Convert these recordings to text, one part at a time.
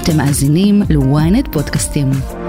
אתם מאזינים ל-ynet פודקאסטים.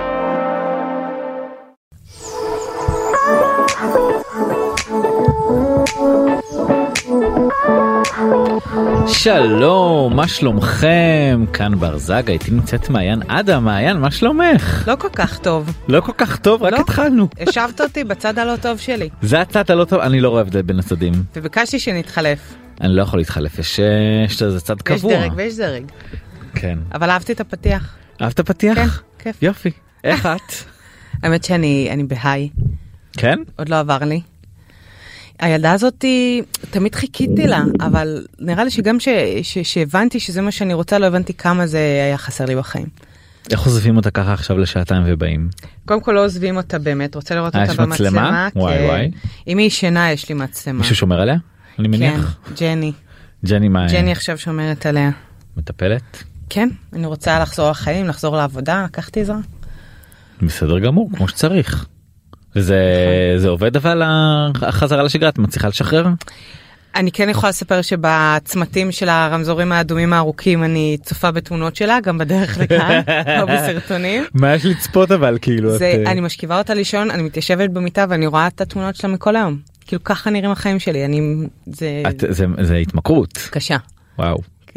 שלום, מה שלומכם? כאן ברזג, הייתי נמצאת מעיין אדם. מעיין, מה שלומך? לא כל כך טוב. לא כל כך טוב, רק התחלנו. השבת אותי בצד הלא טוב שלי. זה הצד הלא טוב, אני לא רואה הבדל בין הצדים. וביקשתי שנתחלף. אני לא יכול להתחלף, יש איזה צד קבוע. יש דרג ויש דרג. כן. אבל אהבתי את הפתיח. אהבת הפתיח? כן, כיף. יופי. איך את? האמת שאני בהיי. כן? עוד לא עבר לי. הילדה הזאת, תמיד חיכיתי לה, אבל נראה לי שגם שהבנתי שזה מה שאני רוצה, לא הבנתי כמה זה היה חסר לי בחיים. איך עוזבים אותה ככה עכשיו לשעתיים ובאים? קודם כל לא עוזבים אותה באמת, רוצה לראות אותה במצלמה. יש מצלמה? וואי וואי. אם היא ישנה, יש לי מצלמה. מישהו שומר עליה? אני מניח. כן, ג'ני. ג'ני מה? ג'ני עכשיו שומרת עליה. מטפלת? כן, אני רוצה לחזור לחיים, לחזור לעבודה, לקחתי עזרה. בסדר גמור, כמו שצריך. וזה עובד, אבל החזרה לשגרה, את מצליחה לשחרר? אני כן יכולה לספר שבצמתים של הרמזורים האדומים הארוכים אני צופה בתמונות שלה, גם בדרך לכאן, או בסרטונים. מה יש לצפות אבל, כאילו? אני משכיבה אותה לישון, אני מתיישבת במיטה ואני רואה את התמונות שלה מכל היום. כאילו ככה נראים החיים שלי, זה התמכרות. קשה. וואו.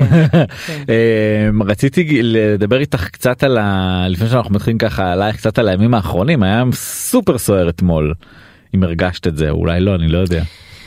רציתי לדבר איתך קצת על לפני שאנחנו מתחילים ככה עלייך קצת על הימים האחרונים. היה סופר סוער אתמול, אם הרגשת את זה, אולי לא, אני לא יודע.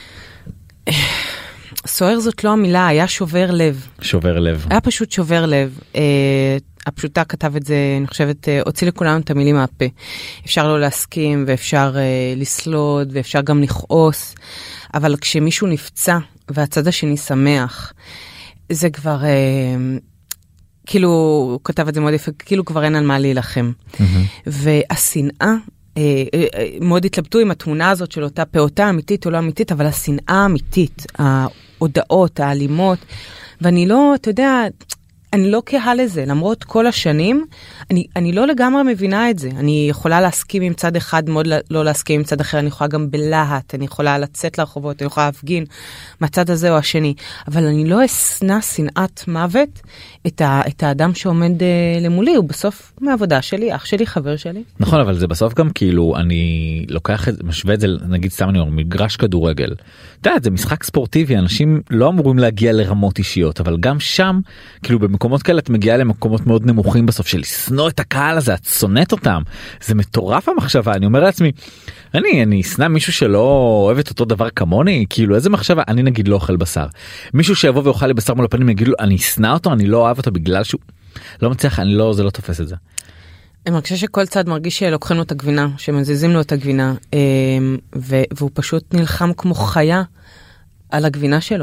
סוער זאת לא המילה, היה שובר לב. שובר לב. היה פשוט שובר לב. הפשוטה כתב את זה, אני חושבת, הוציא לכולנו את המילים מהפה. אפשר לא להסכים ואפשר לסלוד ואפשר גם לכעוס, אבל כשמישהו נפצע והצד השני שמח, זה כבר, כאילו, הוא כתב את זה מאוד יפה, כאילו כבר אין על מה להילחם. והשנאה, מאוד התלבטו עם התמונה הזאת של אותה פעוטה אמיתית או לא אמיתית, אבל השנאה האמיתית, ההודעות, האלימות, ואני לא, אתה יודע, אני לא קהה לזה, למרות כל השנים, אני לא לגמרי מבינה את זה. אני יכולה להסכים עם צד אחד, מאוד לא להסכים עם צד אחר, אני יכולה גם בלהט, אני יכולה לצאת לרחובות, אני יכולה להפגין מהצד הזה או השני, אבל אני לא אסנע שנאת מוות את האדם שעומד למולי, הוא בסוף מהעבודה שלי, אח שלי, חבר שלי. נכון, אבל זה בסוף גם כאילו, אני לוקח, משווה את זה, נגיד סתם אני אומר, מגרש כדורגל. אתה יודע, זה משחק ספורטיבי, אנשים לא אמורים להגיע לרמות אישיות, אבל גם שם, כאילו במקומות כאלה את מגיעה למקומות מאוד נמוכים בסוף של לסנוע את הקהל הזה, את שונאת אותם. זה מטורף המחשבה, אני אומר לעצמי, אני אסנע מישהו שלא אוהב את אותו דבר כמוני, כאילו איזה מחשבה, אני נגיד לא אוכל בשר. מישהו שיבוא ואוכל לי בשר מול הפנים, יגיד לו, אני אסנע אותו, אני לא אוהב אותו בגלל שהוא לא מצליח, זה לא תופס את זה. אני מרגישה שכל צד מרגיש שלוקחים לו את הגבינה, שמזיזים לו את הגבינה, והוא פשוט נלחם כמו חיה על הגבינה שלו.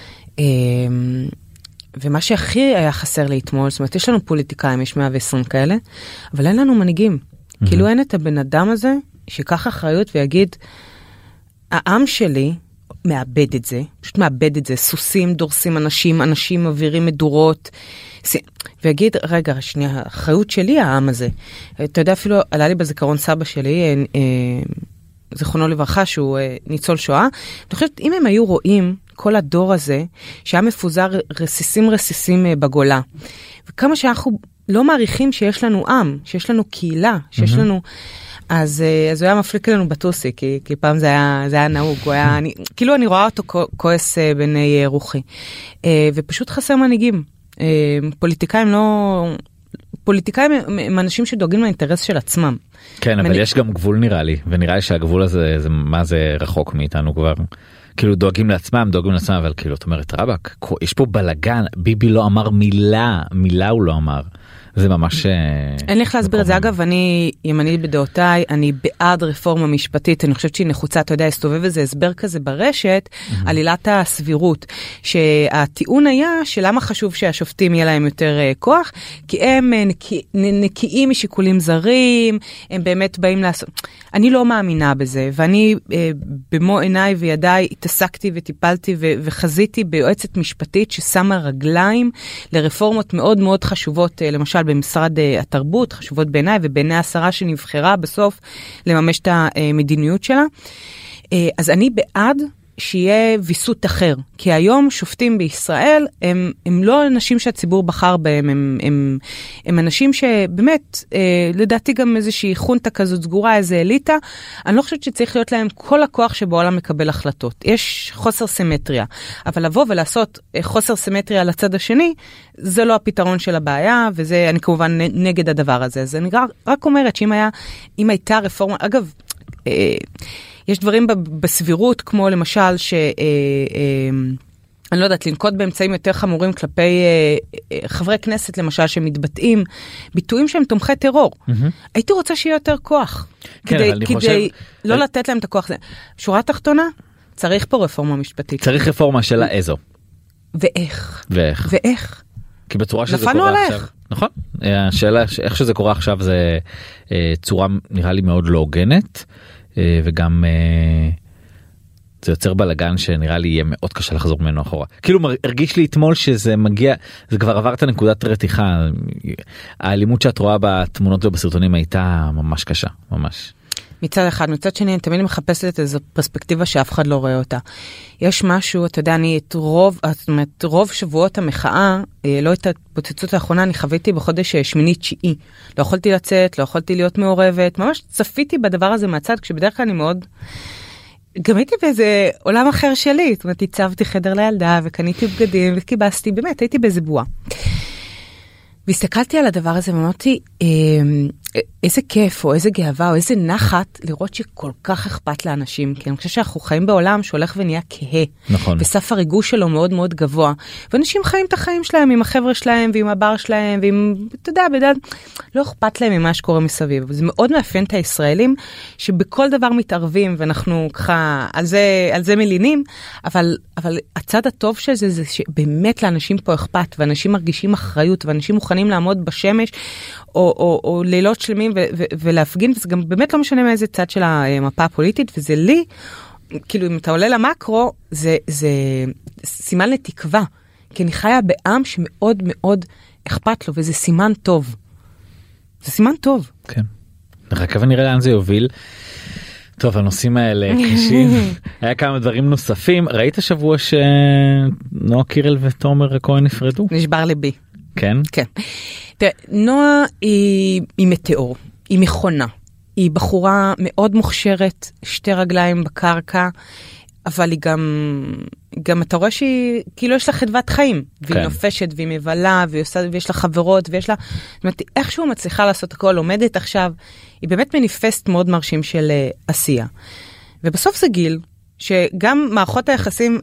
ומה שהכי היה חסר לי אתמול, זאת אומרת, יש לנו פוליטיקאים, יש 120 כאלה, אבל אין לנו מנהיגים. כאילו אין את הבן אדם הזה, שיקח אחריות ויגיד, העם שלי מאבד את זה, פשוט מאבד את זה, סוסים דורסים אנשים מעבירים מדורות, ויגיד, רגע, שנייה, האחריות שלי העם הזה. אתה יודע, אפילו עלה לי בזיכרון סבא שלי, זיכרונו לברכה, שהוא ניצול שואה, אני חושבת, אם הם היו רואים כל הדור הזה, שהיה מפוזר רסיסים בגולה, וכמה שאנחנו לא מעריכים שיש לנו עם, שיש לנו קהילה, שיש לנו, אז הוא היה מפליק לנו בטוסי, כי פעם זה היה נהוג, כאילו אני רואה אותו כועס בני רוחי, ופשוט חסר מנהיגים. פוליטיקאים הם אנשים שדואגים לאינטרס של עצמם. כן, אבל יש גם גבול נראה לי, ונראה לי שהגבול הזה, מה זה רחוק מאיתנו כבר. כאילו דואגים לעצמם, אבל כאילו, את אומרת, רבק, יש פה בלגן, ביבי לא אמר מילה הוא לא אמר. זה ממש... אין לי איך להסביר את זה. אגב, אני ימנית בדעותיי, אני בעד רפורמה משפטית, אני חושבת שהיא נחוצה, אתה יודע, הסתובב איזה הסבר כזה ברשת, על עילת הסבירות, שהטיעון היה שלמה חשוב שהשופטים יהיה להם יותר כוח, כי הם נקיים משיקולים זרים, הם באמת באים לעשות... אני לא מאמינה בזה, ואני במו עיניי וידיי התעסקתי וטיפלתי וחזיתי ביועצת משפטית ששמה רגליים לרפורמות מאוד מאוד חשובות, למשל במשרד התרבות, חשובות בעיניי ובעיני השרה שנבחרה בסוף לממש את המדיניות שלה. אז אני בעד שיהיה ויסות אחר. כי היום שופטים בישראל הם לא אנשים שהציבור בחר בהם, הם אנשים שבאמת, לדעתי גם איזושהי חונטה כזאת סגורה, איזו אליטה, אני לא חושבת שצריך להיות להם כל הכוח שבעולם מקבל החלטות. יש חוסר סימטריה, אבל לבוא ולעשות חוסר סימטריה לצד השני, זה לא הפתרון של הבעיה, וזה, אני כמובן נגד הדבר הזה. אז אני רק אומרת שאם הייתה רפורמה, אגב, יש דברים בסבירות, כמו למשל אני לא יודעת, לנקוט באמצעים יותר חמורים כלפי חברי כנסת, למשל, שמתבטאים, ביטויים שהם תומכי טרור. הייתי רוצה שיהיה יותר כוח, כדי לא לתת להם את הכוח. שורה תחתונה, צריך פה רפורמה משפטית. צריך רפורמה של האזו. ואיך? כי בצורה שזה קורה עכשיו. נכון. השאלה, איך שזה קורה עכשיו, זה צורה נראה לי מאוד לא הוגנת, וגם זה יוצר בלגן שנראה לי יהיה מאוד קשה לחזור ממנו אחורה. כאילו הרגיש לי אתמול שזה מגיע, זה כבר עבר את הנקודת רתיחה. האלימות שאת רואה בתמונות ובסרטונים הייתה ממש קשה, ממש. מצד אחד, מצד שני, אני תמיד מחפשת איזו פרספקטיבה שאף אחד לא רואה אותה. יש משהו, אתה יודע, אני את רוב שבועות המחאה, לא את הפוצצות האחרונה, אני חוויתי בחודש 8-9. לא יכולתי לצאת, לא יכולתי להיות מעורבת, ממש צפיתי בדבר הזה מהצד, כשבדרך כלל אני מאוד גם הייתי באיזה עולם אחר שלי, זאת אומרת, הצבתי חדר לילדה, וקניתי בגדים, וקיבסתי, באמת, הייתי באיזה בועה. והסתכלתי על הדבר הזה, ואמרתי, איזה כיף, או איזה גאווה, או איזה נחת, לראות שכל כך אכפת לאנשים, כי אני חושב שאנחנו חיים בעולם שהולך ונהיה כהה. נכון. וסף הריגוש שלו מאוד מאוד גבוה. ואנשים חיים את החיים שלהם, עם החבר'ה שלהם, ועם הבר שלהם, ועם, אתה יודע, בדעת, לא אכפת להם ממה שקורה מסביב. וזה מאוד מאפיין את הישראלים, שבכל דבר מתערבים, ואנחנו ככה, על זה מלינים, אבל הצד הטוב של זה, זה שבאמת לאנשים פה אכפת, ואנשים מרגישים אחריות, ואנשים מוכנים לעמוד בשמש, או לילות שלמים ולהפגין, וזה גם באמת לא משנה מאיזה צד של המפה הפוליטית, וזה לי, כאילו אם אתה עולה למקרו, זה סימן לתקווה, כי אני חיה בעם שמאוד מאוד אכפת לו, וזה סימן טוב. זה סימן טוב. כן. נחכה ונראה לאן זה יוביל. טוב, הנושאים האלה קשים. היה כמה דברים נוספים. ראית השבוע שנועה קירל ותומר כהן נפרדו? נשבר ליבי. כן? כן. תראה, נועה היא מטאור, היא מכונה, היא בחורה מאוד מוכשרת, 2 רגליים בקרקע, אבל היא גם אתה רואה שהיא, כאילו יש לה חדוות חיים, והיא כן. נופשת, והיא מבלה, ויש לה חברות, ויש לה, זאת אומרת, איכשהו מצליחה לעשות הכל, עומדת עכשיו, היא באמת מניפסט מאוד מרשים של עשייה. ובסוף זה גיל, שגם מערכות היחסים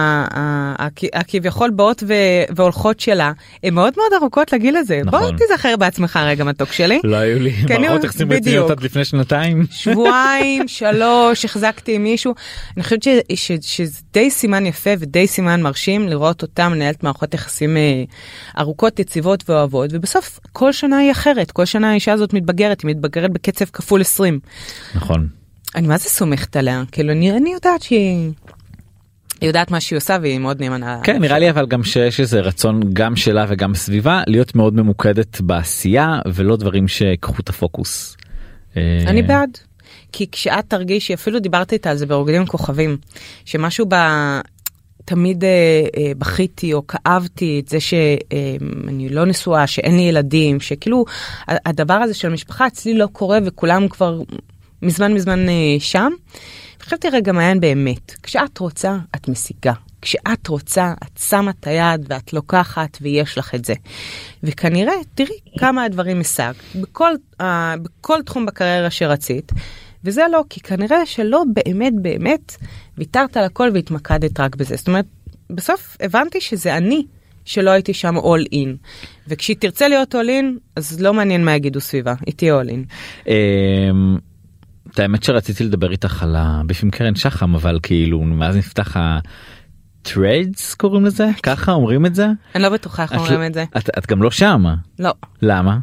הכביכול באות והולכות שלה, הן מאוד מאוד ארוכות לגיל הזה. נכון. בוא תזכר בעצמך רגע מתוק שלי. לא היו לי מערכות יחסים רציניות עד לפני 2 שבועיים, 3, החזקתי עם מישהו. אני חושבת שזה די סימן יפה ודי סימן מרשים לראות אותם מנהלת מערכות יחסים ארוכות, יציבות ואוהבות, ובסוף כל שנה היא אחרת. כל שנה האישה הזאת מתבגרת, היא מתבגרת בקצב כפול 20. נכון. אני מה זה סומכת עליה? כאילו, אני יודעת שהיא יודעת מה שהיא עושה והיא מאוד נאמנה. כן, נראה לי אבל גם שיש איזה רצון גם שלה וגם סביבה להיות מאוד ממוקדת בעשייה ולא דברים שיקחו את הפוקוס. אני בעד. כי כשאת תרגישי, אפילו דיברתי איתה על זה ברוקדים כוכבים, שמשהו תמיד בכיתי או כאבתי את זה שאני לא נשואה, שאין לי ילדים, שכאילו הדבר הזה של המשפחה אצלי לא קורה וכולם כבר מזמן שם. וחשבתי רגע מעיין באמת, כשאת רוצה, את משיגה. כשאת רוצה, את שמה את היד ואת לוקחת ויש לך את זה. וכנראה, תראי כמה הדברים השג. בכל תחום בקריירה שרצית. וזה לא, כי כנראה שלא באמת ויתרת על הכל והתמקדת רק בזה. זאת אומרת, בסוף הבנתי שזה אני שלא הייתי שם all in. וכשהיא תרצה להיות all in, אז לא מעניין מה יגידו סביבה. היא תהיה all in. את האמת שרציתי לדבר איתך על הביפים קרן שחם, אבל כאילו, מאז נפתח ה-trades קוראים לזה? ככה אומרים את זה? אני לא בטוחה איך אומרים את זה. את גם לא שם? לא. למה?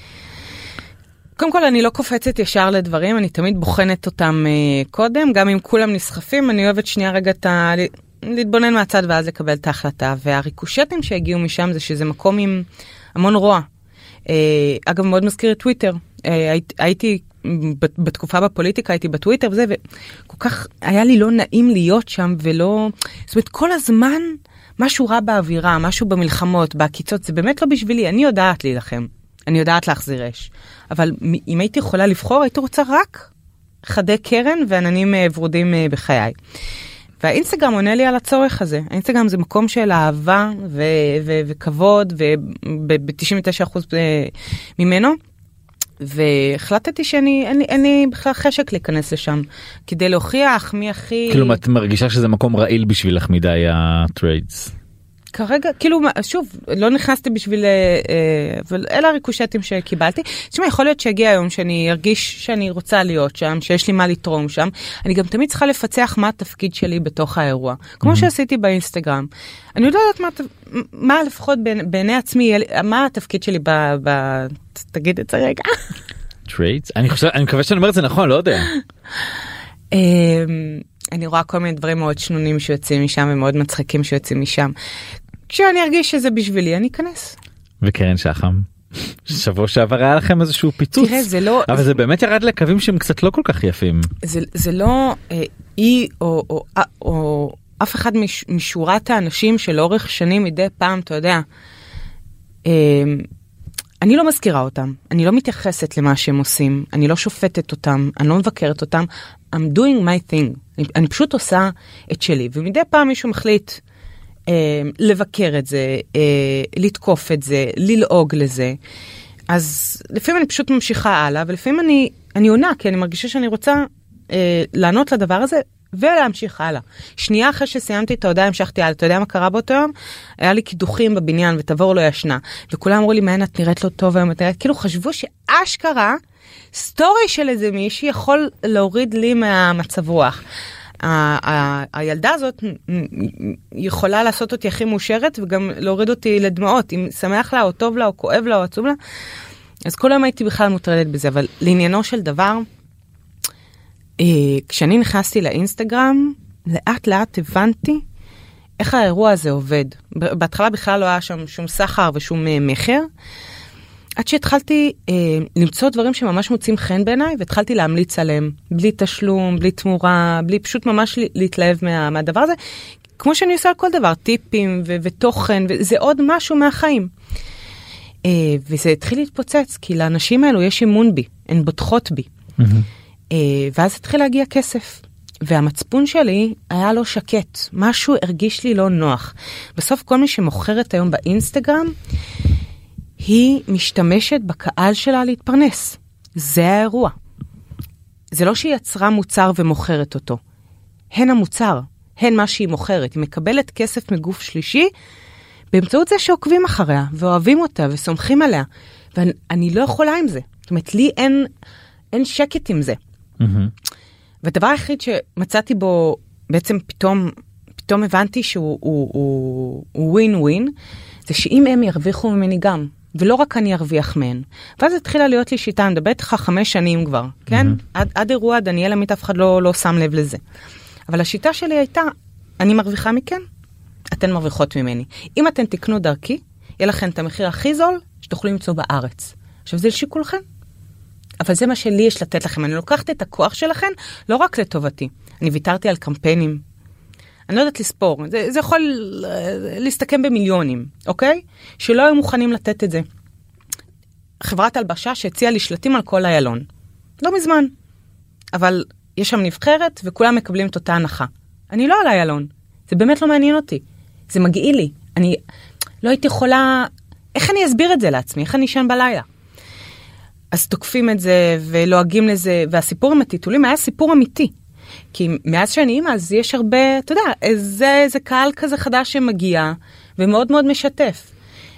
קודם כל, אני לא קופצת ישר לדברים, אני תמיד בוחנת אותם קודם, גם אם כולם נסחפים, אני אוהבת שנייה רגע להתבונן מהצד ואז לקבל את ההחלטה, והריקושטים שהגיעו משם זה שזה מקום עם המון רוע. אגב, מאוד מזכיר את טוויטר. הייתי בתקופה בפוליטיקה הייתי בטוויטר וזה, וכל כך היה לי לא נעים להיות שם, ולא, זאת אומרת, כל הזמן משהו רע באווירה, משהו במלחמות, בהקיצות, זה באמת לא בשבילי, אני יודעת להילחם, אני יודעת להחזיר אש, אבל אם הייתי יכולה לבחור, הייתי רוצה רק חדי קרן ועננים ורודים בחיי. והאינסטגרם עונה לי על הצורך הזה. האינסטגרם זה מקום של אהבה וכבוד, וב-99% ממנו, והחלטתי אין לי בכלל חשק להיכנס לשם, כדי להוכיח מי הכי... כאילו, את מרגישה שזה מקום רעיל בשבילך מדי הטריידס? כרגע, כאילו, שוב, לא נכנסתי בשביל... אבל אלה הריקושטים שקיבלתי. תשמע, יכול להיות שהגיע היום שאני ארגיש שאני רוצה להיות שם, שיש לי מה לתרום שם. אני גם תמיד צריכה לפצח מה התפקיד שלי בתוך האירוע. כמו שעשיתי באינסטגרם. אני לא יודעת מה לפחות בעיני עצמי, מה התפקיד שלי תגיד את זה רגע. טריידס? אני מקווה שאני אומר את זה נכון, לא יודע. אני רואה כל מיני דברים מאוד שנונים שיוצאים משם, ומאוד מצחיקים שיוצאים משם. כשאני ארגיש שזה בשבילי, אני אכנס. וקרן שחם, שבוע שעבר היה לכם איזשהו פיצוץ. תראה, זה לא... אבל זה באמת ירד לקווים שהם קצת לא כל כך יפים. זה לא אי או אף אחד משורת האנשים שלאורך שנים מדי פעם, אתה יודע, אני לא מזכירה אותם, אני לא מתייחסת למה שהם עושים, אני לא שופטת אותם, אני לא מבקרת אותם, I'm doing my thing, אני פשוט עושה את שלי, ומדי פעם מישהו מחליט לבקר את זה, לתקוף את זה, ללעוג לזה, אז לפעמים אני פשוט ממשיכה הלאה, ולפעמים אני עונה, כי אני מרגישה שאני רוצה לענות לדבר הזה, ולהמשיך הלאה. שנייה אחרי שסיימתי את ההודעה, המשכתי הלאה. אתה יודע מה קרה באותו יום? היה לי קידוחים בבניין, ותבור לא ישנה. וכולם אמרו לי, מה, את נראית לא טוב היום? כאילו חשבו שאשכרה, סטורי של איזה מישהי יכול להוריד לי מהמצב רוח. הילדה הזאת יכולה לעשות אותי הכי מאושרת, וגם להוריד אותי לדמעות, אם שמח לה, או טוב לה, או כואב לה, או עצוב לה. אז כל היום הייתי בכלל מוטרדת בזה, אבל לעניינו של דבר, כשאני נכנסתי לאינסטגרם, לאט לאט הבנתי איך האירוע הזה עובד. בהתחלה בכלל לא היה שם שום סחר ושום מחר, עד שהתחלתי למצוא דברים שממש מוצאים חן בעיניי, והתחלתי להמליץ עליהם, בלי תשלום, בלי תמורה, בלי פשוט ממש להתלהב מהדבר הזה, כמו שאני עושה על כל דבר, טיפים ותוכן, וזה עוד משהו מהחיים. וזה התחיל להתפוצץ, כי לאנשים האלו יש אמון בי, הן בוטחות בי. ואז התחיל להגיע כסף. והמצפון שלי היה לא שקט. משהו הרגיש לי לא נוח. בסוף כל מי שמוכרת היום באינסטגרם, היא משתמשת בקהל שלה להתפרנס. זה האירוע. זה לא שהיא יצרה מוצר ומוכרת אותו. הן המוצר. הן מה שהיא מוכרת. היא מקבלת כסף מגוף שלישי, באמצעות זה שעוקבים אחריה, ואוהבים אותה, וסומכים עליה. ואני לא יכולה עם זה. זאת אומרת, לי אין שקט עם זה. והדבר היחיד שמצאתי בו, בעצם פתאום הבנתי שהוא ווין ווין, זה שאם הם ירוויחו ממני גם, ולא רק אני ארוויח מהן. ואז התחילה להיות לי שיטה, אני מדברת לך 5 שנים כבר, כן? עד אירוע דניאל עמית אף אחד לא שם לב לזה. אבל השיטה שלי הייתה, אני מרוויחה מכן, אתן מרוויחות ממני. אם אתן תקנו דרכי, יהיה לכן את המחיר הכי זול שתוכלו למצוא בארץ. עכשיו זה לשיקולכם. אבל זה מה שלי יש לתת לכם. אני לוקחת את הכוח שלכם, לא רק לטובתי. אני ויתרתי על קמפיינים. אני לא יודעת לספור. זה יכול להסתכם במיליונים, אוקיי? שלא היו מוכנים לתת את זה. חברת הלבשה שהציעה לי שלטים על כל איילון. לא מזמן. אבל יש שם נבחרת וכולם מקבלים את אותה הנחה. אני לא על איילון. זה באמת לא מעניין אותי. זה מגעיל לי. אני לא הייתי יכולה... איך אני אסביר את זה לעצמי? איך אני אשן בלילה? אז תוקפים את זה ולועגים לזה, והסיפור עם הטיטולים היה סיפור אמיתי. כי מאז שאני אימא, אז יש הרבה, אתה יודע, איזה קהל כזה חדש שמגיע, ומאוד מאוד משתף.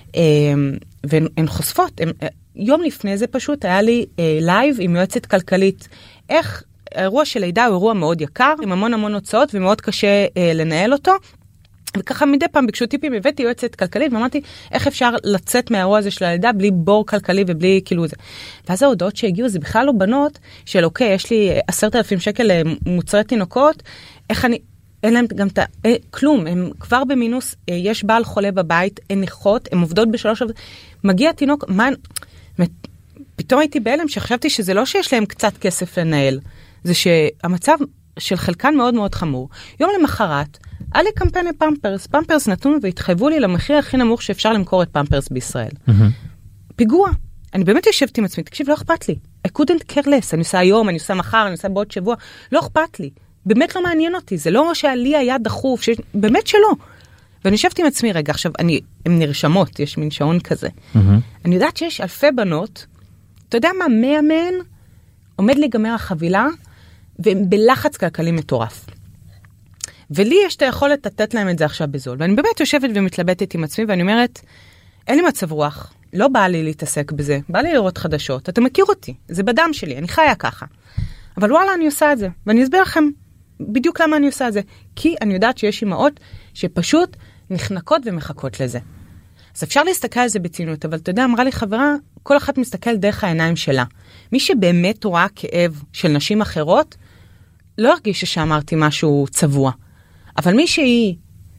והן חושפות. יום לפני זה פשוט היה לי לייב עם יועצת כלכלית. איך האירוע של לידה הוא אירוע מאוד יקר, עם המון המון הוצאות, ומאוד קשה לנהל אותו. וככה מדי פעם ביקשו טיפים, הבאתי יועצת כלכלית, ואמרתי, איך אפשר לצאת מהאירוע הזה של הלידה, בלי בור כלכלי ובלי כאילו זה. ואז ההודעות שהגיעו, זה בכלל לא בנות, של אוקיי, יש לי 10,000 שקל מוצרי תינוקות, איך אני, אין להם גם כלום, הם כבר במינוס, יש בעל חולה בבית, הן נכות, הן עובדות ב3, מגיע תינוק, מה, פתאום הייתי בהלם שחשבתי שזה לא שיש להם קצת כסף לנהל, זה שהמצב של חלקן מאוד מאוד חמור. יום למחרת, היה לי קמפיין לפמפרס, פמפרס נתנו והתחייבו לי למחיר הכי נמוך שאפשר למכור את פמפרס בישראל. פיגוע. אני באמת יושבת עם עצמי, תקשיב, לא אכפת לי. I couldn't care less, אני עושה היום, אני עושה מחר, אני עושה בעוד שבוע, לא אכפת לי. באמת לא מעניין אותי, זה לא שעלי היה דחוף, באמת שלא. ואני יושבת עם עצמי רגע, עכשיו, הן נרשמות, יש מין שעון כזה. אני יודעת שיש אלפי בנות, אתה יודע מה, 100 מהן עומד להיגמר החבילה, והם בלחץ כלכלי מטורף. ולי יש את היכולת לתת להם את זה עכשיו בזול. ואני באמת יושבת ומתלבטת עם עצמי, ואני אומרת, אין לי מצב רוח, לא בא לי להתעסק בזה, בא לי לראות חדשות, אתה מכיר אותי, זה בדם שלי, אני חיה ככה. אבל וואלה, אני עושה את זה, ואני אסביר לכם בדיוק למה אני עושה את זה. כי אני יודעת שיש אמהות שפשוט נחנקות ומחכות לזה. אז אפשר להסתכל על זה בצינות, אבל אתה יודע, אמרה לי חברה, כל אחת מסתכל דרך העיניים שלה. מי שבאמת רואה כאב של נשים אחרות, לא הרגיש שאמרתי משהו צבוע. אבל מי שהיא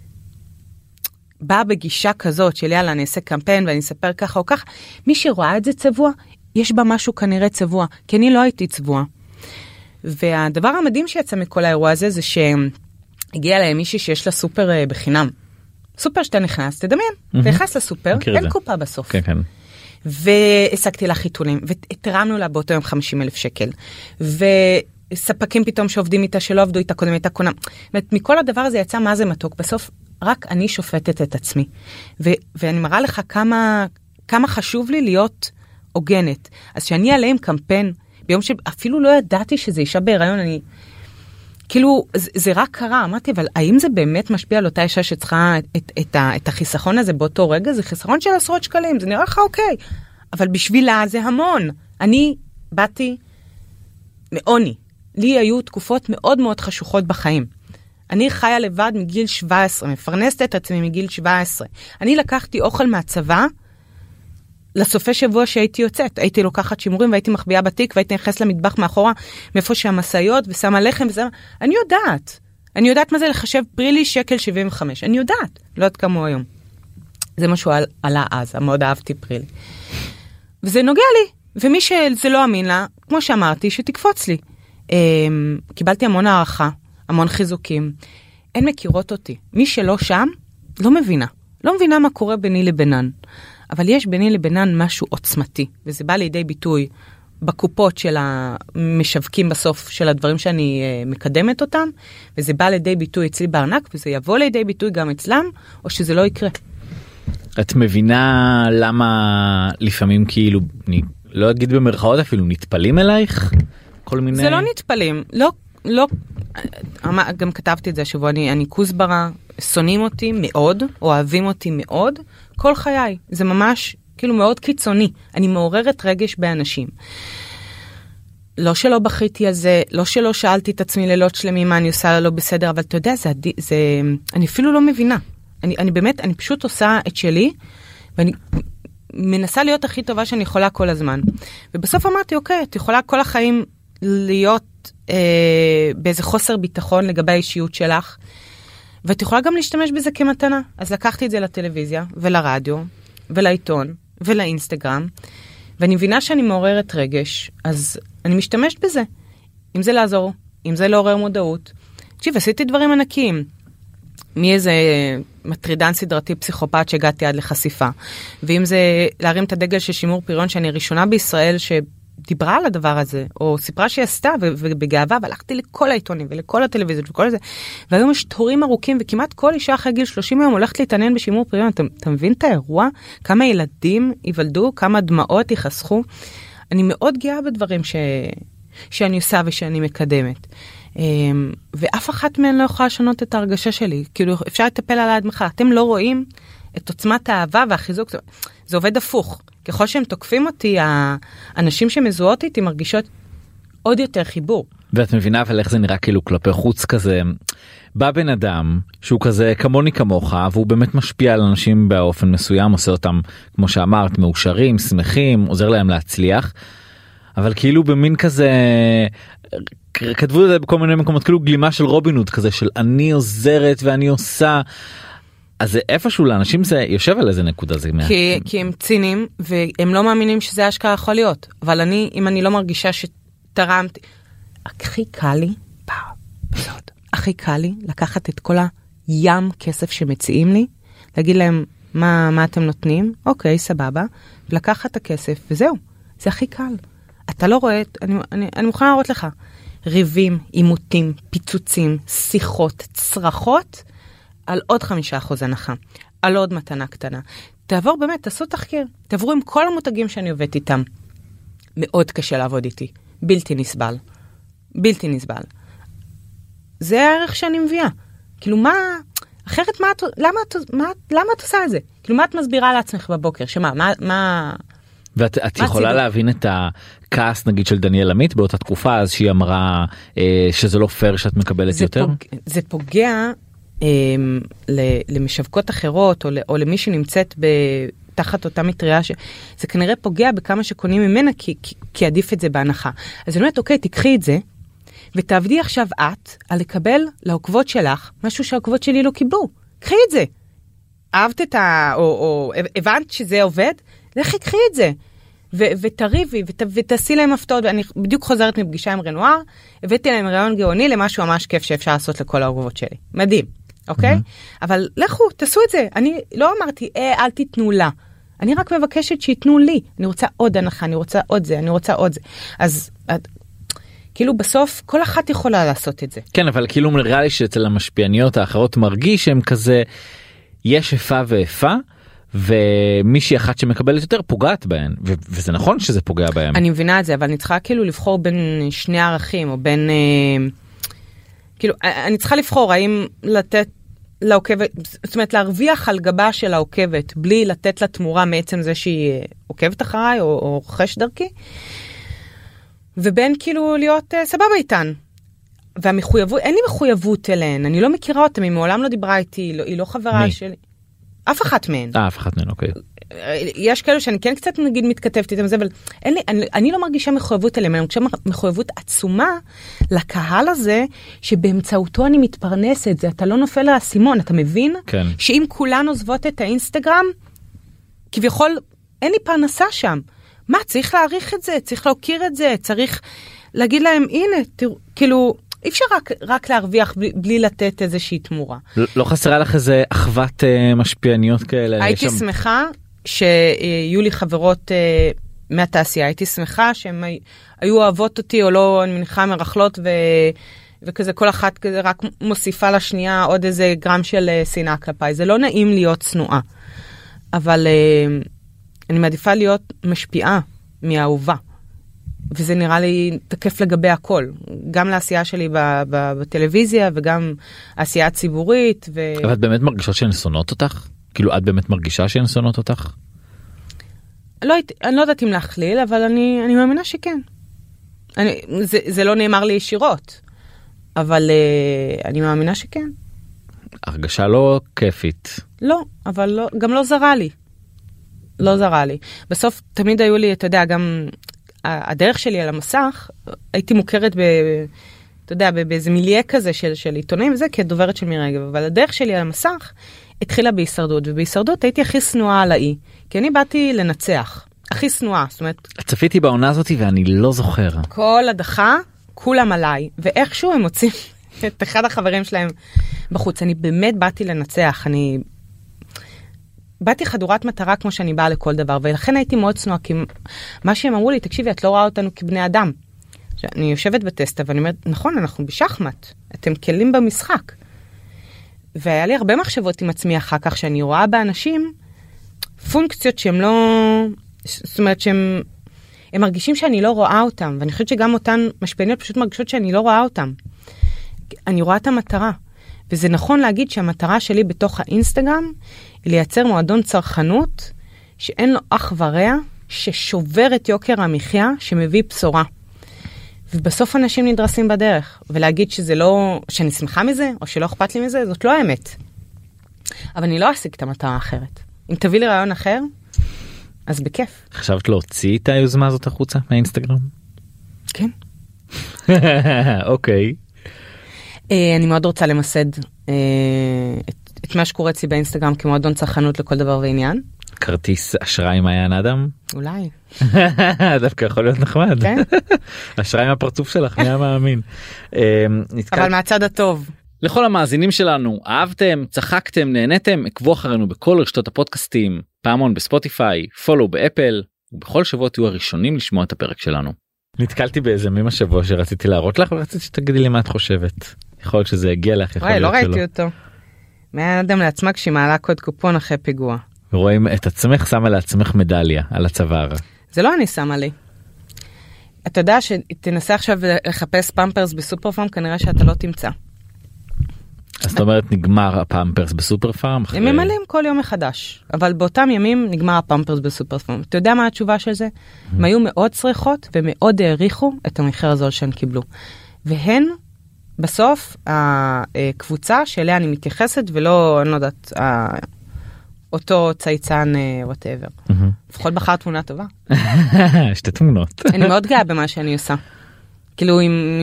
באה בגישה כזאת של יאללה, אני אעשה קמפיין ואני אספר ככה או ככה, מי שרואה את זה צבוע, יש בה משהו כנראה צבוע, כי אני לא הייתי צבוע. והדבר המדהים שיצא מכל האירוע הזה, זה שהגיע להם מישהי שיש לה סופר בחינם. סופר שאתה נכנס, תדמיין, נכנס לסופר, אין קופה בסוף. כן, כן. והעסקתי לה חיתולים, והתרמנו לה באותו יום 50,000 שקל. וספקים פתאום שעובדים איתה, שלא עבדו איתה קודם, הייתה קונה. מכל הדבר הזה יצא מה זה מתוק. בסוף, רק אני שופטת את עצמי. ואני מראה לך כמה חשוב לי להיות עוגנת. אז שאני אעלה עם קמפיין, ביום שאפילו לא ידעתי שזה אישה בהיריון, כאילו, זה רק קרה, אמרתי, אבל האם זה באמת משפיע על אותה אישה שצריכה את החיסכון הזה באותו רגע? זה חיסכון של עשרות שקלים, זה נראה לך אוקיי. אבל בשבילה זה המון. אני באתי מעוני. לי היו תקופות מאוד מאוד חשוכות בחיים. אני חיה לבד מגיל 17, מפרנסת את עצמי מגיל 17. אני לקחתי אוכל מהצבא, לסופי שבוע שהייתי יוצאת, הייתי לוקחת שימורים והייתי מחביאה בתיק והייתי נכנס למטבח מאחורה, מאיפה שהמסעיות ושמה לחם ושמה, אני יודעת מה זה לחשב פרילי שקל 75, אני יודעת, לא יודעת כמה היום. זה משהו עלה אז, מאוד אהבתי פרילי. וזה נוגע לי, ומי שזה לא אמין לה, כמו שאמרתי, שתקפוץ לי. קיבלתי המון הערכה, המון חיזוקים, הן מכירות אותי, מי שלא שם, לא מבינה מה קורה ביני לבינן. אבל יש ביני לבינן משהו עוצמתי, וזה בא לידי ביטוי בקופות של המשווקים בסוף של הדברים שאני מקדמת אותם, וזה בא לידי ביטוי אצלי בארנק, וזה יבוא לידי ביטוי גם אצלם, או שזה לא יקרה. את מבינה למה לפעמים כאילו, אני לא אגיד במרכאות אפילו, נטפלים אלייך? כל מיני... זה לא נטפלים, לא, גם כתבתי את זה השבוע, אני כוסברה, שונאים אותי מאוד, אוהבים אותי מאוד, כל חיי. זה ממש כאילו מאוד קיצוני. אני מעוררת רגש באנשים. לא שלא בכיתי על זה, לא שלא שאלתי את עצמי לילות שלמים מה אני עושה לא בסדר, אבל אתה יודע, אני אפילו לא מבינה. אני באמת, אני פשוט עושה את שלי, ואני מנסה להיות הכי טובה שאני יכולה כל הזמן. ובסוף אמרתי, אוקיי, את יכולה כל החיים להיות באיזה חוסר ביטחון לגבי האישיות שלך, ואת יכולה גם להשתמש בזה כמתנה. אז לקחתי את זה לטלוויזיה, ולרדיו, ולעיתון, ולאינסטגרם, ואני מבינה שאני מעוררת רגש, אז אני משתמשת בזה. אם זה לעזור, אם זה לעורר מודעות. תקשיב, עשיתי דברים ענקיים. מאיזה מטרידן סדרתי פסיכופת שהגעתי עד לחשיפה. ואם זה להרים את הדגל של שימור פריון, שאני ראשונה בישראל דיברה על הדבר הזה, או סיפרה שהיא עשתה, ובגאווה, והלכתי לכל העיתונים, ולכל הטלוויזיות, וכל זה, והיום יש תורים ארוכים, וכמעט כל אישה אחרי גיל 30 היום הולכת להתעניין בשימור פריון. אתה מבין את האירוע? כמה ילדים ייוולדו, כמה דמעות ייחסכו? אני מאוד גאה בדברים שאני עושה ושאני מקדמת. ואף אחת מהן לא יכולה לשנות את ההרגשה שלי. כאילו, אפשר לטפל על האדמך. אתם לא רואים את עוצמת האהבה והחיזוק. זה עובד הפוך. ככל שהם תוקפים אותי, האנשים שמזוהות איתי מרגישות עוד יותר חיבור. ואת מבינה אבל איך זה נראה כאילו כלפי חוץ כזה, בא בן אדם שהוא כזה כמוני כמוך, והוא באמת משפיע על אנשים באופן מסוים, עושה אותם, כמו שאמרת, מאושרים, שמחים, עוזר להם להצליח, אבל כאילו במין כזה, כתבו את זה בכל מיני מקומות, כאילו גלימה של רובין הוד כזה, של אני עוזרת ואני עושה, אז איפשהו לאנשים זה יושב על איזה נקודה זה. כי הם צינים והם לא מאמינים שזה אשכרה יכול להיות. אבל אם אני לא מרגישה שתרמתי, הכי קל לי, הכי קל לי לקחת את כל הים כסף שמציעים לי, להגיד להם מה אתם נותנים, אוקיי, סבבה, ולקחת את הכסף וזהו. זה הכי קל. אתה לא רואה, אני מוכנה להראות לך. ריבים, עימותים, פיצוצים, שיחות, צרחות, על עוד 5% הנחה, על עוד מתנה קטנה. תעבור באמת, תעשו תחקיר. תעברו עם כל המותגים שאני עובדת איתם. מאוד קשה לעבוד איתי. בלתי נסבל. בלתי נסבל. זה הערך שאני מביאה. כאילו מה, אחרת למה את עושה את זה? כאילו מה את מסבירה לעצמך בבוקר? שמה, מה... ואת יכולה להבין את הכעס נגיד של דניאל עמית באותה תקופה אז שהיא אמרה שזה לא פייר שאת מקבלת יותר? זה פוגע למשווקות אחרות או למי שנמצאת תחת אותה מטריה, זה כנראה פוגע בכמה שקונים ממנה כי עדיף את זה בהנחה. אז אני אומרת, אוקיי, תקחי את זה ותעבדי עכשיו את על לקבל לעוקבות שלך משהו שהעוקבות שלי לא קיבלו. קחי את זה. אהבת או הבנת שזה עובד? לכי קחי את זה. ותריבי ותעשי להם הפתעות. ואני בדיוק חוזרת מפגישה עם רנואר, הבאתי להם רעיון גאוני למשהו ממש כיף שאפשר לעשות לכל העוקבות שלי. מדהים. אוקיי? אבל לכו, תעשו את זה. אני לא אמרתי, אל תיתנו לה. אני רק מבקשת שיתנו לי. אני רוצה עוד הנחה, אני רוצה עוד זה, אני רוצה עוד זה. אז כאילו בסוף כל אחת יכולה לעשות את זה. כן, אבל כאילו נראה לי שאצל המשפיעניות האחרות מרגיש שהם כזה, יש איפה ואיפה, ומישהי אחת שמקבלת יותר פוגעת בהן, וזה נכון שזה פוגע בהן. אני מבינה את זה, אבל אני צריכה כאילו לבחור בין שני ערכים, או בין, כאילו, אני צריכה לבחור האם לתת לעוקבת, זאת אומרת להרוויח על גבה של העוקבת, בלי לתת לה תמורה מעצם זה שהיא עוקבת אחריי, או חש דרכי, ובין כאילו להיות סבבה איתן. והמחויבות, אין לי מחויבות אליהן, אני לא מכירה אותם, היא מעולם לא דיברה איתי, היא לא חברה שלי. אף אחת מהן. אף אחת מהן, אוקיי. יש כאלו שאני כן קצת נגיד מתכתבת איתם זה, אבל אני לא מרגישה מחויבות אליהם, אני מרגישה מחויבות עצומה לקהל הזה, שבאמצעותו אני מתפרנסת, זה אתה לא נופל על הסימון, אתה מבין? כן. שאם כולן עוזבות את האינסטגרם, כביכול אין לי פרנסה שם. מה, צריך להעריך את זה, צריך להוקיר את זה, צריך להגיד להם, הנה, תראו, כאילו, אי אפשר רק להרוויח בלי לתת איזושהי תמורה. לא חסרה לך איזה אחוות משפיעניות כאלה? הייתי שמחה שיהיו לי חברות מהתעשייה, הייתי שמחה שהן היו אוהבות אותי או לא, אני מניחה מרחלות וכזה כל אחת כזה רק מוסיפה לשנייה עוד איזה גרם של שנאה כלפיי. זה לא נעים להיות צנועה, אבל אני מעדיפה להיות משפיעה מהאהובה. וזה נראה לי תקף לגבי הכל. גם לעשייה שלי בטלוויזיה, וגם העשייה הציבורית. אבל את באמת מרגישות שהן שונאות אותך? כאילו, את באמת מרגישה שהן שונאות אותך? אני לא יודעת אם להכליל, אבל אני מאמינה שכן. זה לא נאמר לי ישירות, אבל אני מאמינה שכן. הרגשה לא כיפית. לא, אבל גם לא זרה לי. לא זרה לי. בסוף תמיד היו לי, אתה יודע, גם הדרך שלי על המסך, הייתי מוכרת אתה יודע, באיזה מיליה כזה של עיתונאים וזה, כדוברת של מירי רגב, אבל הדרך שלי על המסך התחילה בהישרדות, ובהישרדות הייתי הכי שנואה על האי, כי אני באתי לנצח, הכי שנואה, זאת אומרת... צפיתי בעונה הזאת ואני לא זוכר. כל הדחה, כולם עליי, ואיכשהו הם מוצאים את אחד החברים שלהם בחוץ, אני באמת באתי לנצח, באתי חדורת מטרה כמו שאני באה לכל דבר, ולכן הייתי מאוד צנועה, כי מה שהם אמרו לי, תקשיבי, את לא רואה אותנו כבני אדם. אני יושבת בטסטה, ואני אומרת, נכון, אנחנו בשחמט, אתם כלים במשחק. והיה לי הרבה מחשבות עם עצמי אחר כך, שאני רואה באנשים פונקציות שהם לא... זאת אומרת שהם מרגישים שאני לא רואה אותם, ואני חושבת שגם אותן משפיעניות פשוט מרגישות שאני לא רואה אותם. אני רואה את המטרה. וזה נכון להגיד שהמטרה שלי בתוך האינסטגרם היא לייצר מועדון צרכנות שאין לו אח ורע, ששובר את יוקר המחיה, שמביא בשורה. ובסוף אנשים נדרסים בדרך. ולהגיד שזה לא, שאני שמחה מזה, או שלא אכפת לי מזה, זאת לא האמת. אבל אני לא אשיג את המטרה האחרת. אם תביא לי רעיון אחר, אז בכיף. חשבת להוציא את היוזמה הזאת החוצה מהאינסטגרם? כן. אוקיי. אני מאוד רוצה למסד את מה שקורה אצלי באינסטגרם כמועדון צרכנות לכל דבר ועניין. כרטיס אשראי מעיין אדם? אולי. דווקא יכול להיות נחמד. כן. אשראי מהפרצוף שלך, מי המאמין. אבל מהצד הטוב. לכל המאזינים שלנו, אהבתם, צחקתם, נהנתם, עקבו אחרינו בכל רשתות הפודקאסטים, פעמון בספוטיפיי, פולו באפל, ובכל שבוע תהיו הראשונים לשמוע את הפרק שלנו. נתקלתי באיזה מים השבוע שרציתי להראות לך, ורציתי שתגידי לי מה את חושבת. יכול להיות שזה הגיע לך, יכול להיות שלא. לא ראיתי אותו. מעיין אדם לעצמה כשהיא מעלה קוד קופון אחרי פיגוע. רואים את עצמך שמה לעצמך מדליה על הצוואר. זה לא אני שמה לי. אתה יודע שתנסה עכשיו לחפש פמפרס בסופר פארם, כנראה שאתה לא תמצא. אז זאת אומרת נגמר הפמפרס בסופר פארם? הם ממלאים כל יום מחדש, אבל באותם ימים נגמר הפמפרס בסופר פארם. אתה יודע מה התשובה של זה? הם היו מאוד צריכות ומאוד העריכו את המחיר הזול שהן קיבלו. והן בסוף הקבוצה שאליה אני מתייחסת ולא, אני לא יודעת, אותו צייצן whatever. לפחות בחר תמונה טובה. שתי תמונות. אני מאוד גאה במה שאני עושה. כאילו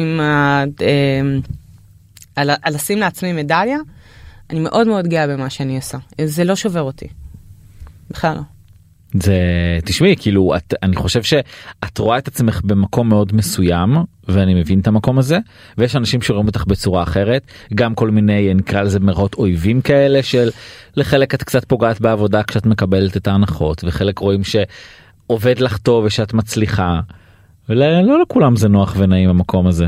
על לשים לעצמי מדליה, אני מאוד מאוד גאה במה שאני עושה. זה לא שובר אותי. בכלל לא. זה, תשמעי, כאילו, אני חושב שאת רואה את עצמך במקום מאוד מסוים, ואני מבין את המקום הזה, ויש אנשים שרואים אותך בצורה אחרת, גם כל מיני, נקרא לזה מראות אויבים כאלה, של לחלק את קצת פוגעת בעבודה כשאת מקבלת את ההנחות, וחלק רואים שעובד לך טוב ושאת מצליחה, ולא לכולם זה נוח ונעים המקום הזה.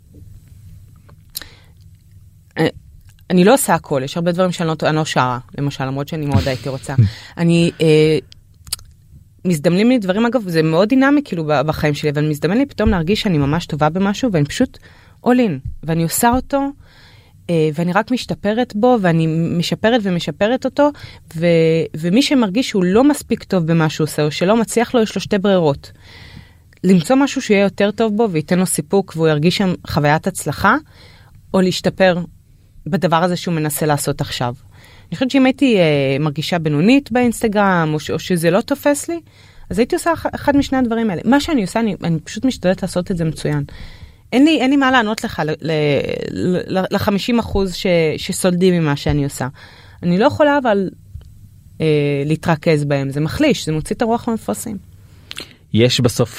אני לא עושה הכל, יש הרבה דברים שאני לא שרה, למשל, למרות שאני מאוד הייתי רוצה. אני מזדמנים לי דברים, אגב, זה מאוד דינמי כאילו בחיים שלי, אבל מזדמן לי פתאום להרגיש שאני ממש טובה במשהו, ואני פשוט all in, ואני עושה אותו, ואני רק משתפרת בו, ואני משפרת ומשפרת אותו, ומי שמרגיש שהוא לא מספיק טוב במה שהוא עושה, או שלא מצליח לו, יש לו שתי ברירות. למצוא משהו שיהיה יותר טוב בו, וייתן לו סיפוק, והוא ירגיש שם חוויית הצלחה, או להשתפר בדבר הזה שהוא מנסה לעשות עכשיו. אני חושבת שאם הייתי מרגישה בינונית באינסטגרם, או שזה לא תופס לי, אז הייתי עושה אחד משני הדברים האלה. מה שאני עושה, אני פשוט משתדלת לעשות את זה מצוין. אין לי מה לענות לך ל-50% שסולדים ממה שאני עושה. אני לא יכולה אבל להתרכז בהם. זה מחליש, זה מוציא את הרוח המפרסים. יש בסוף,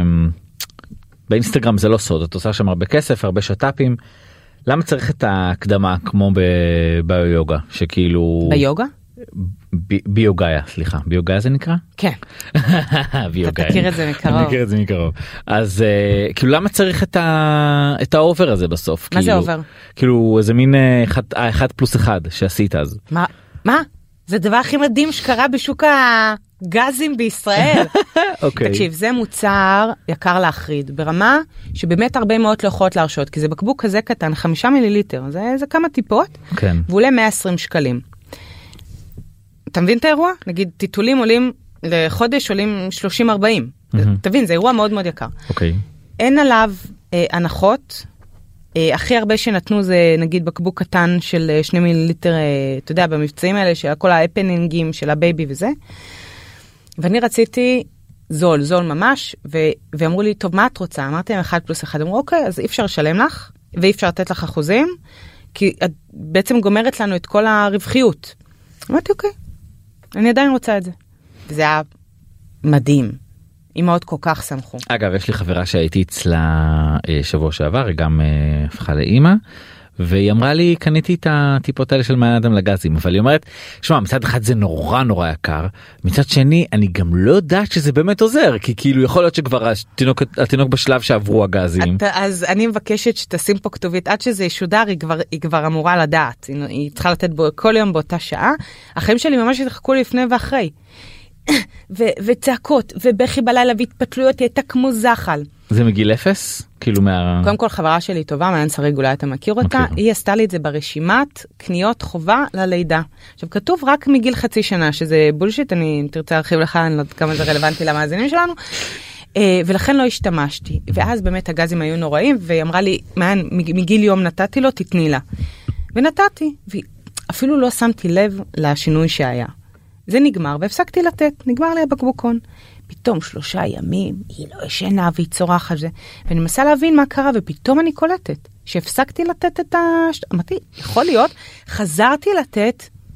באינסטגרם זה לא סוד, את עושה שם הרבה כסף, הרבה שטאפים. למה צריך את ההקדמה כמו ביוגה, שכאילו... ביוגה? ביוגאיה, סליחה. ביוגאיה זה נקרא? כן. אתה תכיר את זה מקרוב. אני מכיר את זה מקרוב. אז כאילו למה צריך את האובר הזה בסוף? מה זה אובר? כאילו איזה מין 1+1 שעשית אז. מה? זה הדבר הכי מדהים שקרה בשוק הגזים בישראל. תקשיב, זה מוצר יקר להחריד, ברמה שבאמת הרבה מאוד לא יכולות להרשות, כי זה בקבוק כזה קטן, 5 מיליליטר, זה כמה טיפות, ועולה 120 שקלים. אתה מבין את האירוע? נגיד, טיטולים עולים לחודש, עולים 30-40. תבין, זה אירוע מאוד מאוד יקר. אין עליו הנחות, הכי הרבה שנתנו זה נגיד בקבוק קטן של 2 מיליליטר, אתה יודע, במבצעים האלה של כל האפנינגים של הבייבי וזה. ואני רציתי זול ממש, ואמרו לי, טוב, מה את רוצה? אמרתי להם 1+1, אמרו, אוקיי, אז אי אפשר לשלם לך, ואי אפשר לתת לך אחוזים, כי את בעצם גומרת לנו את כל הרווחיות. אמרתי, אוקיי, אני עדיין רוצה את זה. וזה היה מדהים. אמאות כל כך שמחו. אגב, יש לי חברה שהייתי אצלה שבוע שעבר, היא גם הפכה לאמא, והיא אמרה לי, קניתי את הטיפות האלה של מעיין אדם לגזים, אבל היא אומרת, שמע, מצד אחד זה נורא יקר, מצד שני, אני גם לא יודעת שזה באמת עוזר, כי כאילו יכול להיות שכבר התינוק בשלב שעברו הגזים. אז אני מבקשת שתשים פה כתובית, עד שזה ישודר, היא כבר אמורה לדעת, היא צריכה לתת כל יום באותה שעה, החיים שלי ממש התרחקו לפני ואחרי. וצעקות, ובכי בלילה, והתפתלויות, היא הייתה כמו זחל. זה מגיל 0? כאילו קודם כל חברה שלי טובה, מעיין שריג, אולי אתה מכיר אותה, היא עשתה לי את זה ברשימת קניות חובה ללידה. עכשיו כתוב רק מגיל חצי שנה, שזה בולשיט, אני תרצה להרחיב לך, אני לא יודעת כמה זה רלוונטי למאזינים שלנו, ולכן לא השתמשתי. ואז באמת הגזים היו נוראים, והיא אמרה לי, מעיין, מגיל יום נתתי לו, תתני לה. ונתתי, ואפילו לא שמתי לב לשינוי שהיה. זה נגמר, והפסקתי לתת, נגמר לי הבקבוקון. פתאום 3 ימים, היא לא ישנה והיא צורחת זה, ואני מנסה להבין מה קרה, ופתאום אני קולטת, שהפסקתי לתת את אמרתי, יכול להיות, חזרתי לתת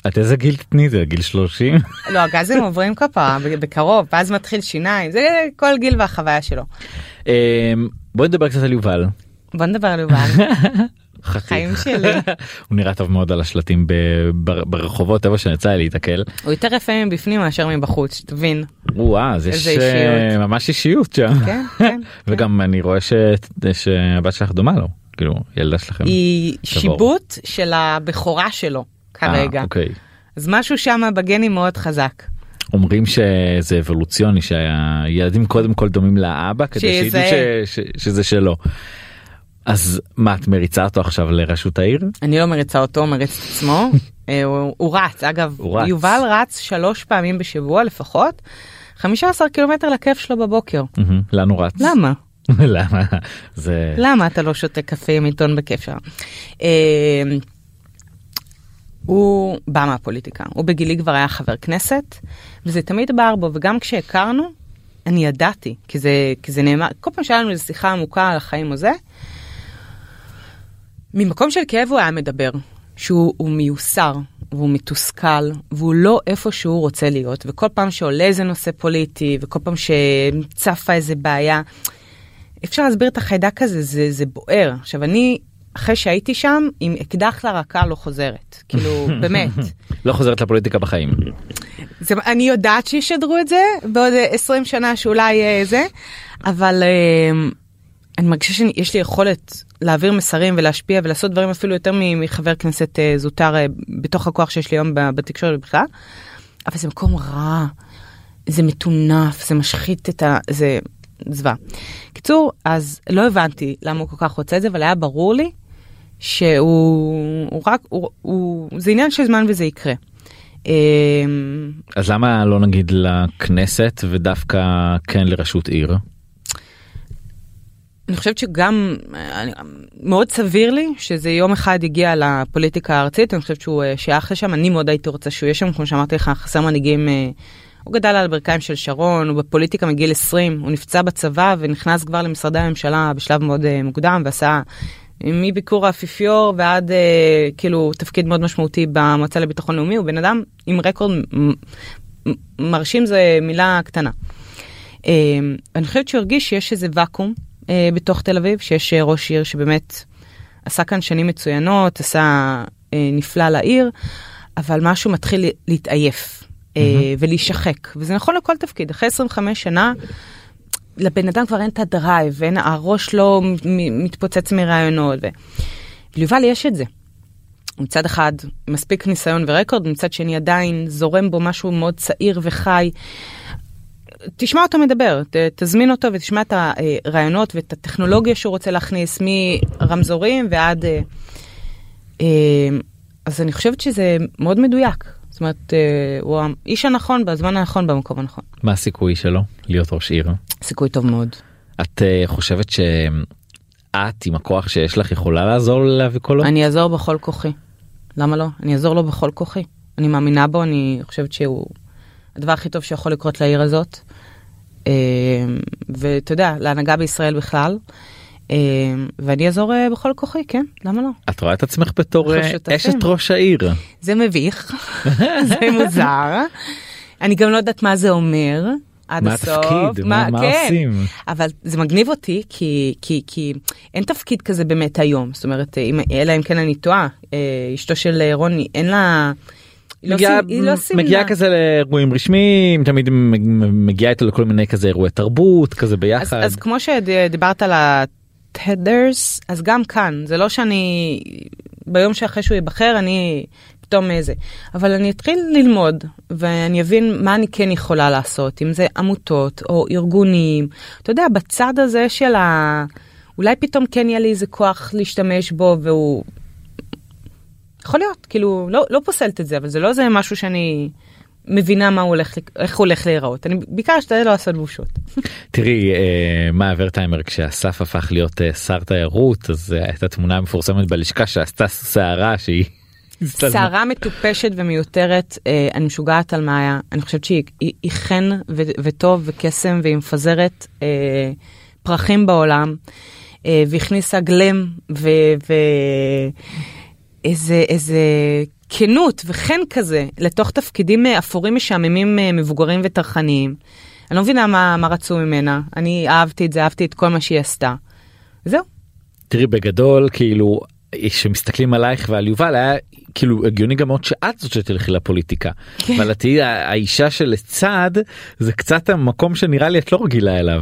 את איזה גיל תתני? זה גיל 30? לא, הגזים עוברים כפה בקרוב, ואז מתחיל שיניים, זה כל גיל והחוויה שלו. בואי נדבר קצת על יובל. בוא נדבר על יובל. חיים שלי. הוא נראה טוב מאוד על השלטים ברחובות, איפה שנצא להתקל. הוא יותר יפה מבפנים מאשר מבחוץ, שתבין. אז יש ממש אישיות שם. כן, כן. וגם אני רואה שהבת שלך דומה לו, כאילו ילדה שלכם. היא שיבוט של הבכורה שלו כרגע. אוקיי. אז משהו שם בגנים מאוד חזק. אומרים שזה אבולוציוני, שהילדים קודם כל דומים לאבא, כדי שידעו שזה שלו. אז מה, את מריצה אותו עכשיו לראשות העיר? אני לא מריצה אותו, מריץ את עצמו. הוא רץ, אגב, יובל רץ 3 פעמים בשבוע לפחות, 15 קילומטר לכיף שלו בבוקר. לאן הוא רץ? למה? למה? למה אתה לא שותה קפה עם עיתון בכיף שלו? הוא בא מהפוליטיקה, הוא בגילי כבר היה חבר כנסת, וזה תמיד בער בו, וגם כשהכרנו, אני ידעתי, כי זה נאמר, כל פעם שהיה לנו איזו שיחה עמוקה על החיים או זה, ממקום של כאב הוא היה מדבר, שהוא מיוסר, והוא מתוסכל, והוא לא איפה שהוא רוצה להיות, וכל פעם שעולה איזה נושא פוליטי, וכל פעם שצפה איזה בעיה, אפשר להסביר את החיידק הזה, זה בוער. עכשיו אני, אחרי שהייתי שם, עם אקדח לרקה לא חוזרת, כאילו, באמת. לא חוזרת לפוליטיקה בחיים. אני יודעת שישדרו את זה, בעוד 20 שנה שאולי זה, אבל אני מרגישה שיש לי יכולת להעביר מסרים ולהשפיע ולעשות דברים אפילו יותר מחבר כנסת זוטר בתוך הכוח שיש לי היום בתקשורת בכלל. אבל זה מקום רע, זה מטונף, זה משחית זה זווה. קיצור, אז לא הבנתי למה הוא כל כך רוצה את זה, אבל היה ברור לי שהוא רק, זה עניין של זמן וזה יקרה. אז למה לא נגיד לכנסת ודווקא כן לראשות עיר? אני חושבת שגם, מאוד סביר לי שזה יום אחד הגיע לפוליטיקה הארצית, אני חושבת שהוא שייך לשם, אני מאוד הייתי רוצה שהוא יהיה שם, כמו שאמרתי לך, חסר מנהיגים, הוא גדל על הברכיים של שרון, הוא בפוליטיקה מגיל 20, הוא נפצע בצבא ונכנס כבר למשרדי הממשלה בשלב מאוד מוקדם, ועשה מביקור האפיפיור ועד כאילו תפקיד מאוד משמעותי במועצה לביטחון לאומי, הוא בן אדם עם רקורד מרשים, זה מילה קטנה. אני חושבת שהרגיש שיש איזה ואקום, בתוך תל אביב, שיש ראש עיר שבאמת עשה כאן שנים מצוינות, עשה נפלא לעיר, אבל משהו מתחיל להתעייף ולהישחק, וזה נכון לכל תפקיד. אחרי 25 שנה, לבן אדם כבר אין את הדרייב, הראש לא מתפוצץ מרעיונות, וליובל יש את זה. מצד אחד מספיק ניסיון ורקורד, מצד שני עדיין זורם בו משהו מאוד צעיר וחי, תשמע אותו מדבר, תזמין אותו ותשמע את הרעיונות ואת הטכנולוגיה שהוא רוצה להכניס מרמזורים ועד... אז אני חושבת שזה מאוד מדויק. זאת אומרת, הוא האיש הנכון בזמן הנכון במקום הנכון. מה הסיכוי שלו להיות ראש עיר? סיכוי טוב מאוד. את חושבת שאת עם הכוח שיש לך יכולה לעזור להביא קולות? אני אעזור בכל כוחי. למה לא? אני אעזור לו בכל כוחי. אני מאמינה בו, אני חושבת שהוא... הדבר הכי טוב שיכול לקרות לעיר הזאת, ואתה יודע, להנהגה בישראל בכלל, ואני אעזור בכל כוחי, כן? למה לא? את רואה את עצמך בתור אשת ראש העיר. זה מביך, זה מוזר, אני גם לא יודעת מה זה אומר, עד הסוף. מה התפקיד? מה עושים? אבל זה מגניב אותי, כי אין תפקיד כזה באמת היום, זאת אומרת, אלא אם כן אני טועה, אשתו של רוני, אין לה... מגיעה כזה לאירועים רשמיים, תמיד מגיעה איתו לכל מיני כזה אירועי תרבות, כזה ביחד. אז כמו שדיברת על ה-Tethers, אז גם כאן, זה לא שאני, ביום שאחרי שהוא ייבחר, אני פתאום איזה. אבל אני אתחיל ללמוד, ואני אבין מה אני כן יכולה לעשות, אם זה עמותות או ארגונים. אתה יודע, בצד הזה של אולי פתאום כן יהיה לי איזה כוח להשתמש בו, והוא... יכול להיות, כאילו, לא פוסלת את זה, אבל זה לא זה משהו שאני מבינה מה הוא הולך, איך הוא הולך להיראות. אני בעיקר שאתה לא עושה בושות. תראי, מה הוורטיימר כשאסף הפך להיות שר תיירות, אז הייתה תמונה מפורסמת בלשכה שעשתה שערה שהיא... שערה מטופשת ומיותרת, אני משוגעת על מה היה. אני חושבת שהיא חן וטוב וקסם, והיא מפזרת פרחים בעולם, והכניסה גלם איזה כנות וכן כזה, לתוך תפקידים אפורים משעממים מבוגרים וטרחניים. אני לא מבינה מה רצו ממנה. אני אהבתי את זה, אהבתי את כל מה שהיא עשתה. זהו. תראי, בגדול, כאילו, שמסתכלים עלייך ועל יובל, היה כאילו הגיוני גם מאוד שאת זאת שתלכי לפוליטיקה. אבל תהי האישה שלצד, זה קצת המקום שנראה לי את לא רגילה אליו.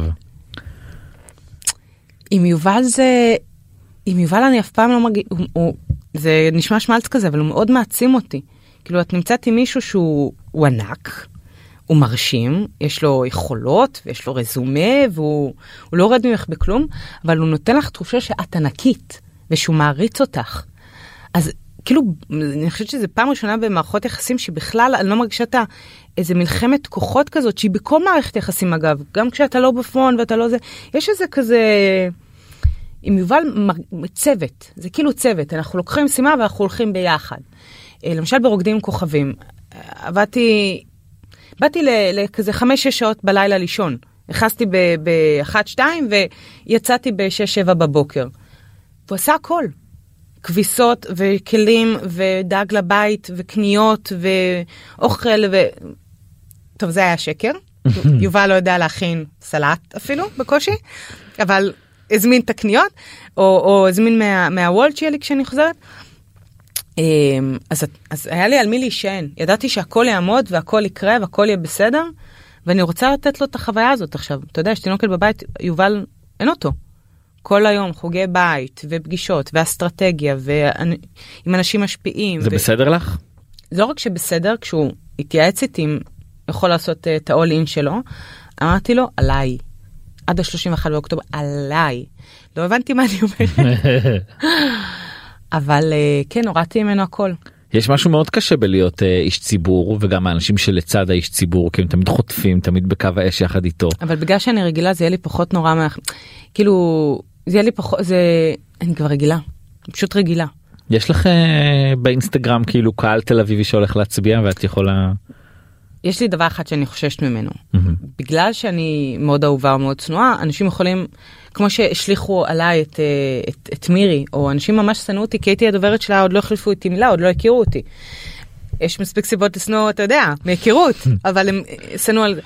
עם יובל אני אף פעם לא מרגיש, זה נשמע שמלץ כזה, אבל הוא מאוד מעצים אותי. כאילו, את נמצאת עם מישהו שהוא ענק, הוא מרשים, יש לו יכולות, ויש לו רזומה, והוא לא יורד ממך בכלום, אבל הוא נותן לך תחושה שאת ענקית, ושהוא מעריץ אותך. אז כאילו, אני חושבת שזה פעם ראשונה במערכות יחסים, שבכלל אני לא מרגישה איזה מלחמת כוחות כזאת, שהיא בכל מערכת יחסים אגב, גם כשאתה לא בפון ואתה לא זה, יש איזה כזה, עם יובל צוות, זה כאילו צוות, אנחנו לוקחים משימה ואנחנו הולכים ביחד. למשל ברוקדים עם כוכבים, באתי לכזה 5-6 שעות בלילה לישון, נכנסתי ב-1-2 ויצאתי ב-6-7 בבוקר. והוא עשה הכל. כביסות וכלים ודאג לבית וקניות ואוכל טוב, זה היה שקר. יובל לא יודע להכין סלט אפילו בקושי, אבל הזמין את הקניות, או הזמין מהוולט שלי כשאני חוזרת. אז היה לי על מי להישען. ידעתי שהכל יעמוד והכל יקרה והכל יהיה בסדר, ואני רוצה לתת לו את החוויה הזאת עכשיו. אתה יודע, שתינוקת בבית, יובל אין אותו. כל היום חוגי בית ופגישות ואסטרטגיה ועם אנשים משפיעים. זה בסדר לך? זה לא רק שבסדר, כשהוא התייעץ איתי יכול לעשות את ה-all in שלו, אמרתי לו, עליי. עד ה-31 באוקטובר, עליי. לא הבנתי מה אני אומרת. אבל כן, הורדתי ממנו הכל. יש משהו מאוד קשה בלהיות איש ציבור, וגם האנשים שלצד האיש ציבור, כי הם תמיד חוטפים, תמיד בקו האש יחד איתו. אבל בגלל שאני רגילה, זה יהיה לי פחות נורא, כאילו, זה יהיה לי פחות, אני כבר רגילה, פשוט רגילה. יש לך באינסטגרם כאילו קהל תל אביבי שהולך להצביע, ואת יכולה... יש לי דבר אחד שאני חוששת ממנו. בגלל שאני מאוד אהובה ומאוד צנועה, אנשים יכולים, כמו שהשליחו עליי את מירי, או אנשים ממש שנאו אותי, כי הייתי הדוברת שלה, עוד לא החליפו איתי מילה, עוד לא הכירו אותי. יש מספיק סיבות לשנוא, אתה יודע, מהיכרות, אבל הם שנאו על זה.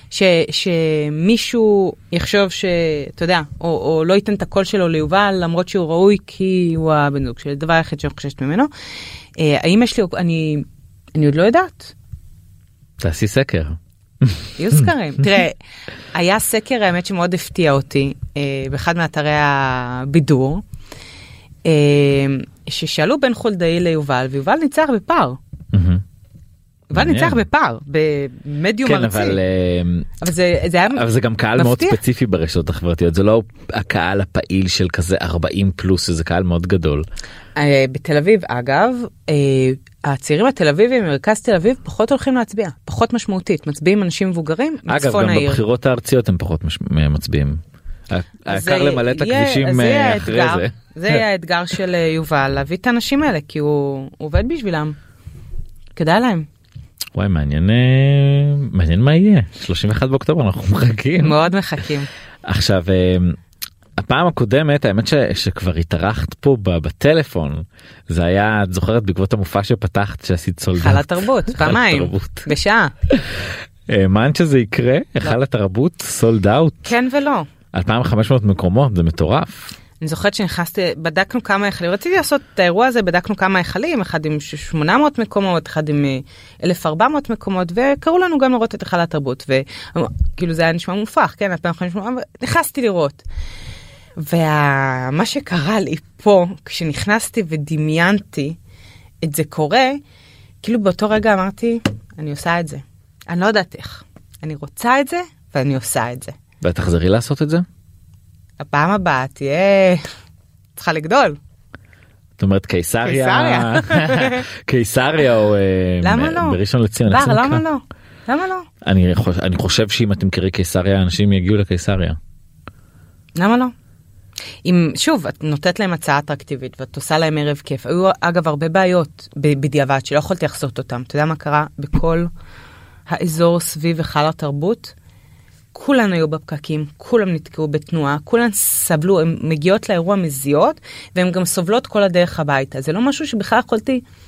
שמישהו יחשוב שאתה יודע, או לא ייתן את הקול שלו ליובל, למרות שהוא ראוי, כי הוא הבן זוג שלי. דבר אחד שאני חוששת ממנו. האם יש לי, אני עוד לא יודעת. תעשי סקר. יהיו סקרים. תראה, היה סקר, האמת שמאוד הפתיע אותי, באחד מאתרי הבידור, ששאלו בין חולדאי ליובל, ויובל ניצח בפער. יובל ניצח בפער, במדיום ארצי. אבל זה גם קהל מאוד ספציפי ברשתות החברתיות, זה לא הקהל הפעיל של כזה 40 פלוס, זה קהל מאוד גדול. בתל אביב, אגב, הצעירים התל אביבים, מרכז תל אביב, פחות הולכים להצביע, פחות משמעותית, מצביעים אנשים מבוגרים מצפון העיר. אגב, גם בבחירות הארציות הם פחות מצביעים. העיקר למלא את הכבישים אחרי זה. זה היה האתגר של יובל, להביא את האנשים האלה, כי הוא עובד בשבילם. כדאי להם. וואי, מעניין מה יהיה. 31 באוקטובר אנחנו מחכים. מאוד מחכים. עכשיו, הפעם הקודמת, האמת שכבר התארחת פה בטלפון, זה היה, את זוכרת, בעקבות המופע שפתחת, שעשית סולד אאוט. היכל התרבות, פעמיים, בשעה. האמנת שזה יקרה? היכל התרבות, סולד אאוט? כן ולא. 2,500 מקומות, זה מטורף. אני זוכרת שנכנסתי, בדקנו כמה היכלים, רציתי לעשות את האירוע הזה, בדקנו כמה היכלים, אחד עם 800 מקומות, אחד עם 1,400 מקומות, וקראו לנו גם לראות את היכל התרבות, וכאילו זה היה נשמע מופח, כן, 2,500, נכנסתי לראות. ומה שקרה לי פה, כשנכנסתי ודמיינתי את זה קורה, כאילו באותו רגע אמרתי, אני עושה את זה. אני לא יודעת איך. אני רוצה את זה, ואני עושה את זה. ותחזרי לעשות את זה? הפעם הבאה תהיה... צריכה לגדול. זאת אומרת, קיסריה. קיסריה או... למה לא? בראשון לציון. למה לא? למה לא? אני חושב שאם אתם קראי קיסריה, אנשים יגיעו לקיסריה. למה לא? אם, שוב, את נותנת להם הצעה אטרקטיבית, ואת עושה להם ערב כיף. היו, אגב, הרבה בעיות בדיעבד, שלא יכולתי לחזות אותם. אתה יודע מה קרה? בכל האזור סביב היכל התרבות, כולן היו בפקקים, כולם נתקעו בתנועה, כולן סבלו, הן מגיעות לאירוע מזיעות, והן גם סובלות כל הדרך הביתה. זה לא משהו שבכלל יכולתי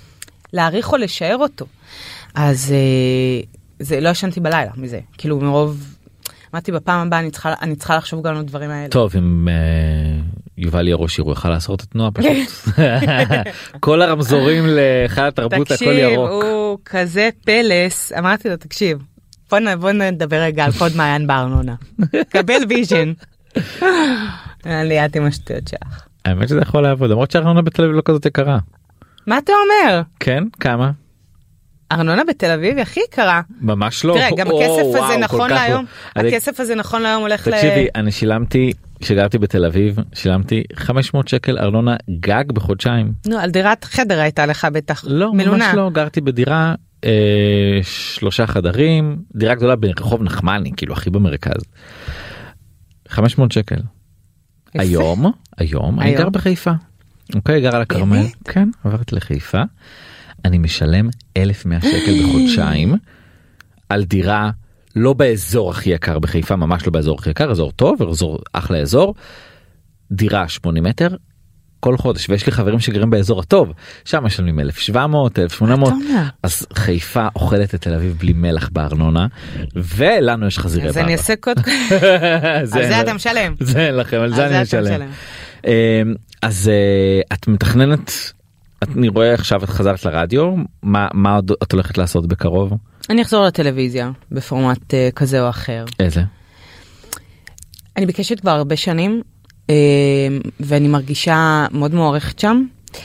להעריך או לשער אותו. אז זה לא ישנתי בלילה מזה. כאילו מרוב, אמרתי בפעם הבאה אני צריכה לחשוב גם על הדברים האלה. טוב, אם יובל ירוש הוא יוכל לעשות את התנועה פשוט. כל הרמזורים לחל התרבות הכל ירוק. תקשיב, הוא כזה פלס, אמרתי לו תקשיב, בוא נדבר רגע על קוד מעיין בארנונה. קבל ויז'ן. ליאת עם השטויות שלך. האמת שזה יכול לעבוד, למרות שהארנונה בתל אביב לא כזאת יקרה. מה אתה אומר? כן, כמה? ארנונה בתל אביב הכי יקרה. ממש לא. תראה, גם הכסף הזה נכון להיום, הכסף הזה נכון להיום הולך תקשיבי, אני שילמתי, כשגרתי בתל אביב, שילמתי 500 שקל ארנונה גג בחודשיים. נו, על דירת חדר הייתה לך בטח לא, מלונה. ממש לא, גרתי בדירה 3 חדרים, דירה גדולה ברחוב נחמני, כאילו הכי במרכז. 500 שקל. היום אני גר בחיפה. אוקיי, גר על הכרמל. כן, עברתי לחיפה. אני משלם 1,100 שקל בחודשיים על דירה לא באזור הכי יקר בחיפה, ממש לא באזור הכי יקר, אזור טוב, אזור אחלה אזור, דירה 80 מטר כל חודש, ויש לי חברים שגרים באזור הטוב, שם משלמים 1,700, 1,800, אז חיפה אוכלת את תל אביב בלי מלח בארנונה, ולנו יש חזירי בר. אז אני אעשה קוד, על זה אתה משלם. זה לכם, על זה אני משלם. אז את מתכננת, אני רואה עכשיו את חזרת לרדיו, מה עוד את הולכת לעשות בקרוב? אני אחזור לטלוויזיה בפורמט כזה או אחר. איזה? אני בקשת כבר הרבה שנים, ואני מרגישה מאוד מוערכת שם,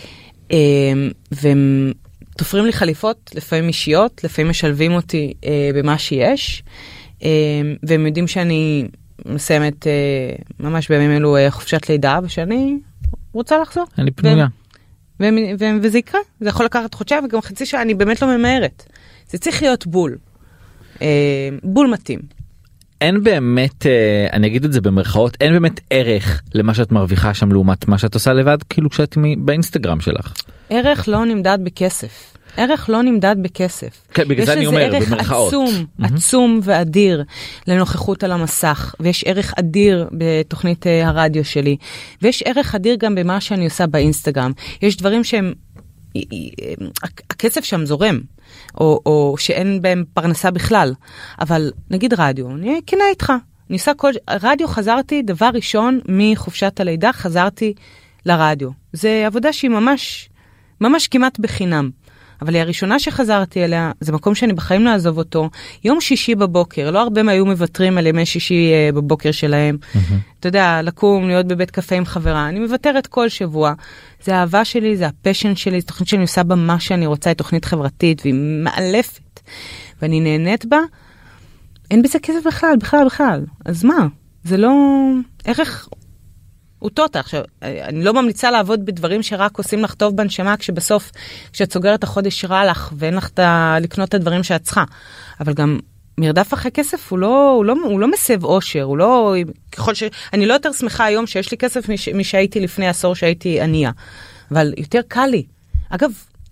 והם תופרים לי חליפות, לפעמים אישיות, לפעמים משלבים אותי במה שיש, והם יודעים שאני מסיימת ממש בימים אלו חופשת לידה, ושאני רוצה לחזור. אני פנויה. וזה יקרה, זה יכול לקחת חודשיים וגם חצי שעה, אני באמת לא ממהרת. זה צריך להיות בול. בול מתאים. אין באמת, אני אגיד את זה במרכאות, אין באמת ערך למה שאת מרוויחה שם לעומת מה שאת עושה לבד, כאילו כשאת באינסטגרם שלך. ערך לא נמדד בכסף. ערך לא נמדד בכסף. כן, בגלל זה אני אומר, במרכאות. יש לזה ערך עצום ואדיר לנוכחות על המסך, ויש ערך אדיר בתוכנית הרדיו שלי, ויש ערך אדיר גם במה שאני עושה באינסטגרם. יש דברים שהם, הכסף שם זורם, או שאין בהם פרנסה בכלל, אבל נגיד רדיו, אני כנה איתך. אני עושה רדיו חזרתי, דבר ראשון מחופשת הלידה, חזרתי לרדיו. זה עבודה שהיא ממש כמעט בחינם. אבל היא הראשונה שחזרתי אליה, זה מקום שאני בחיים לעזוב אותו, יום שישי בבוקר, לא הרבה היו מוותרים על ימי שישי בבוקר שלהם. אתה יודע, לקום, להיות בבית קפה עם חברה, אני מוותרת כל שבוע. זה האהבה שלי, זה הפשן שלי, זה תוכנית שאני עושה בה מה שאני רוצה, היא תוכנית חברתית, והיא מאלפת, ואני נהנית בה. אין בזה כסף בכלל. אז מה? זה לא ערך הוא טוטה. עכשיו, אני לא ממליצה לעבוד בדברים שרק עושים לך טוב בנשמה, כשבסוף, כשאת סוגרת החודש רע לך, ואין לך לקנות את הדברים שאת צריכה. אבל גם מרדף אחרי כסף הוא לא מסב אושר, הוא לא, אני לא יותר שמחה היום שיש לי כסף משהייתי לפני עשור שהייתי ענייה. אבל יותר קל לי. אגב,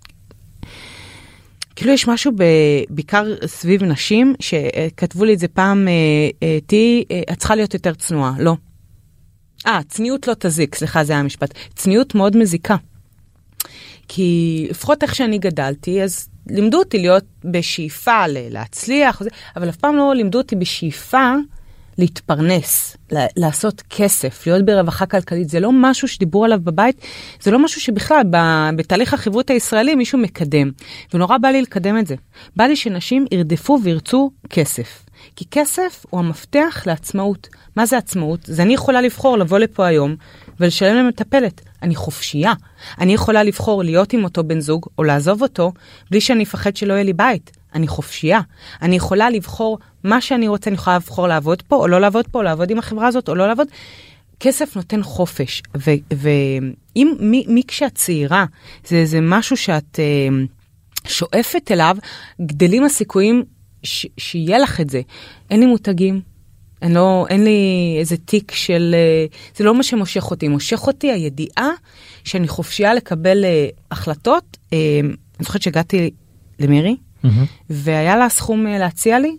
כאילו יש משהו בעיקר סביב נשים, שכתבו לי את זה פעם, את צריכה להיות יותר צנועה. לא. צניעות לא תזיק, סליחה, זה היה המשפט. צניעות מאוד מזיקה. כי לפחות איך שאני גדלתי, אז לימדו אותי להיות בשאיפה להצליח, אבל אף פעם לא לימדו אותי בשאיפה להתפרנס, לעשות כסף, להיות ברווחה כלכלית. זה לא משהו שדיברו עליו בבית, זה לא משהו שבכלל בתהליך החברות הישראלי מישהו מקדם. ונורא בא לי לקדם את זה. בא לי שנשים ירדפו וירצו כסף. כי כסף הוא המפתח לעצמאות. מה זה עצמאות? זה אני יכולה לבחור לבוא לפה היום ולשלם למטפלת. אני חופשייה. אני יכולה לבחור להיות עם אותו בן זוג או לעזוב אותו בלי שאני אפחד שלא יהיה לי בית. אני חופשייה. אני יכולה לבחור מה שאני רוצה, אני יכולה לבחור לעבוד פה או לא לעבוד פה, או לעבוד עם החברה הזאת או לא לעבוד. כסף נותן חופש. ואם מי כשאת צעירה, זה משהו שאת שואפת אליו, גדלים הסיכויים שיהיה לך את זה. אין לי מותגים, אין לי איזה תיק של, זה לא מה שמושך אותי. מושך אותי הידיעה שאני חופשייה לקבל החלטות. אני זוכרת שהגעתי למירי, והיה לה סכום להציע לי,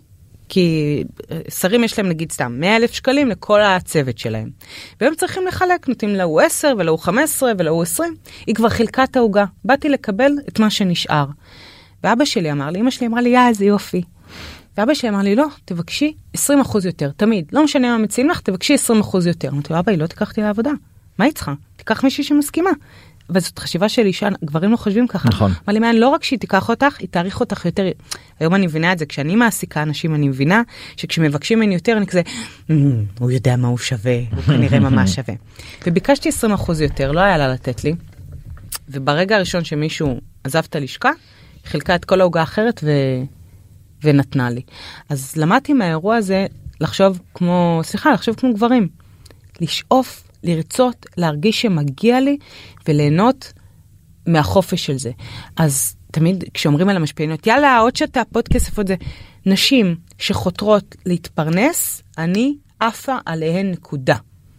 כי שרים יש להם נגיד סתם 100,000 שקלים לכל הצוות שלהם. והם צריכים לחלק, נותנים להוא 10 ולהוא 15 ולהוא 20. היא כבר חילקה את ההוגה. באתי לקבל את מה שנשאר. ואבא שלי אמר לי, אמא שלי אמרה לי, איזה יופי. ואבא שלי אמר לי, לא, תבקשי 20% יותר, תמיד. לא משנה מה מציעים לך, תבקשי 20% יותר. אמרתי לו, אבא, היא לא תיקחתי לעבודה. מה היא צריכה? תיקח מישהי שמסכימה. וזאת חשיבה שלי שגברים לא חושבים ככה. נכון. אמר לי, לא רק שהיא תיקח אותך, היא תאריך אותך יותר. היום אני מבינה את זה, כשאני מעסיקה אנשים, אני מבינה שכשמבקשים ממני יותר, אני כזה, הוא יודע מה הוא שווה, הוא כנראה ממש שווה. וביקשתי 20% יותר, לא היה לה לתת לי. וברגע הראשון שמישהו עזב את הלשכה, חילקה את כל ההוגה אחרת ונתנה לי. אז למדתי מהאירוע הזה לחשוב כמו גברים. לשאוף, לרצות, להרגיש שמגיע לי וליהנות מהחופש של זה. אז תמיד כשאומרים על המשפיעניות, יאללה, עוד שאתה פודקאסט, עוד זה, נשים שחותרות להתפרנס, אני עפה עליהן נקודה.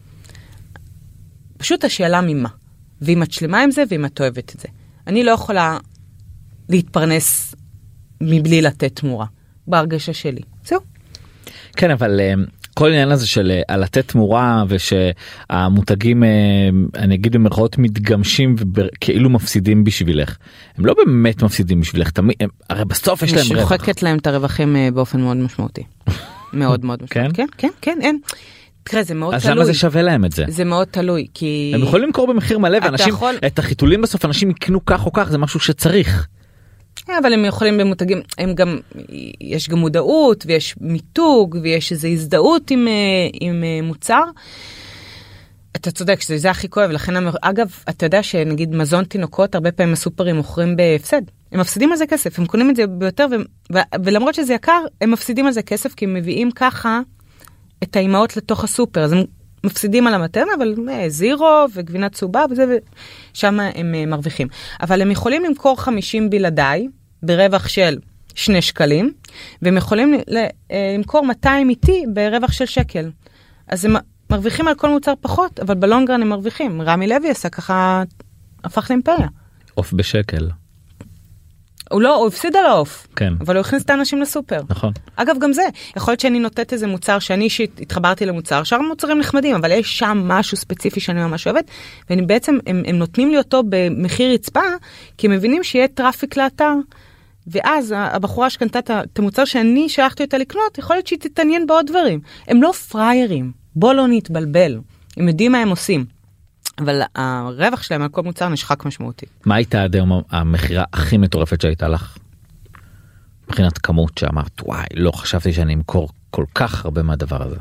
פשוט השאלה ממה. ואם את שלמה עם זה, ואם את אוהבת את זה. אני לא יכולה להתפרנס מבלי לתת תמורה. בהרגשה שלי. זהו. כן, אבל כל העניין הזה של לתת תמורה ושהמותגים, אני אגיד במרכאות, מתגמשים וכאילו מפסידים בשבילך. הם לא באמת מפסידים בשבילך, הרי בסוף יש להם רווח. שוחקת להם את הרווחים באופן מאוד משמעותי. מאוד מאוד משמעותי. כן, אין. תראה, זה מאוד תלוי. אז למה זה שווה להם את זה? זה מאוד תלוי, כי... הם יכולים למכור במחיר מלא, ואנשים, את החיתולים בסוף אנשים יקנו כך או כך, זה משהו שצריך. אבל הם יכולים במותגים, יש גם מודעות, ויש מיתוג, ויש איזו הזדהות עם מוצר. אתה צודק, שזה הכי כואב, לכן, אגב, אתה יודע שנגיד מזון תינוקות, הרבה פעמים הסופרים מוכרים בהפסד. הם מפסידים על זה כסף, הם קונים את זה ביותר, ולמרות שזה יקר, הם מפסידים על זה כסף, כי הם מביאים ככה את האימהות לתוך הסופר, אז הם מפסידים על המטרנה, אבל זירו וגבינה צהובה וזה, ושם הם מרוויחים. אבל הם יכולים למכור 50 בלעדיי, ברווח של 2 שקלים, והם יכולים למכור 200 איתי ברווח של שקל. אז הם מרוויחים על כל מוצר פחות, אבל בלונגרן הם מרוויחים. רמי לוי עשה ככה, הפך לאימפריה. עוף בשקל. הוא הפסיד על העוף, כן. אבל הוא הכניס את האנשים לסופר. נכון. אגב, גם זה, יכול להיות שאני נותנת איזה מוצר, שאני התחברתי למוצר, שאר מוצרים נחמדים, אבל יש שם משהו ספציפי שאני ממש אוהבת, ובעצם הם נותנים לי אותו במחיר רצפה, כי הם מבינים שיהיה טראפיק לאתר, ואז הבחורה שקנתה את המוצר שאני שלחתי אותה לקנות, יכול להיות שהיא תתעניין בעוד דברים. הם לא פריירים, בוא לא נתבלבל. הם יודעים מה הם עושים. אבל הרווח שלהם על כל מוצר נשחק משמעותי. מה הייתה עד היום המחירה הכי מטורפת שהייתה לך? מבחינת כמות שאמרת, וואי, לא חשבתי שאני אמכור כל כך הרבה מהדבר הזה.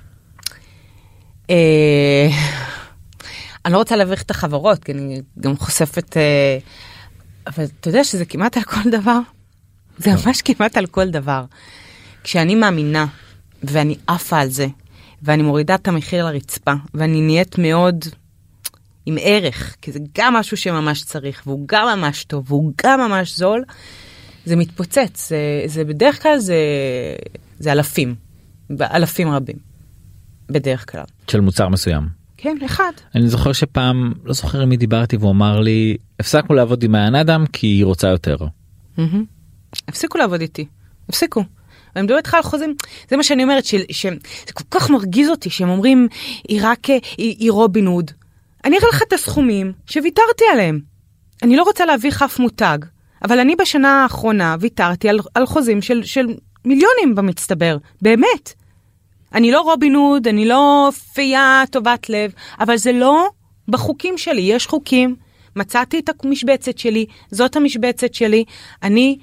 אני לא רוצה להביך את החברות, כי אני גם חושפת, אבל אתה יודע שזה כמעט על כל דבר. זה ממש כמעט על כל דבר. כשאני מאמינה, ואני עפה על זה, ואני מורידה את המחיר לרצפה, ואני נהיית מאוד עם ערך, כי זה גם משהו שממש צריך, והוא גם ממש טוב, והוא גם ממש זול, זה מתפוצץ. זה בדרך כלל זה אלפים, אלפים רבים, בדרך כלל. של מוצר מסוים. כן, אחד. אני זוכר שפעם, לא זוכר עם מי דיברתי, והוא אמר לי, הפסקנו לעבוד עם מעיין אדם, כי היא רוצה יותר. הפסיקו לעבוד איתי, הפסיקו. אני מדבר איתך על חוזים, זה מה שאני אומרת, שזה כל כך מרגיז אותי, שהם אומרים, היא רובין הוד. אני אראה לך את הסכומים שוויתרתי עליהם. אני לא רוצה להביך אף מותג, אבל אני בשנה האחרונה ויתרתי על חוזים של מיליונים במצטבר, באמת. אני לא רובין הוד, אני לא פייה טובת לב, אבל זה לא בחוקים שלי, יש חוקים, מצאתי את המשבצת שלי, זאת המשבצת שלי, אני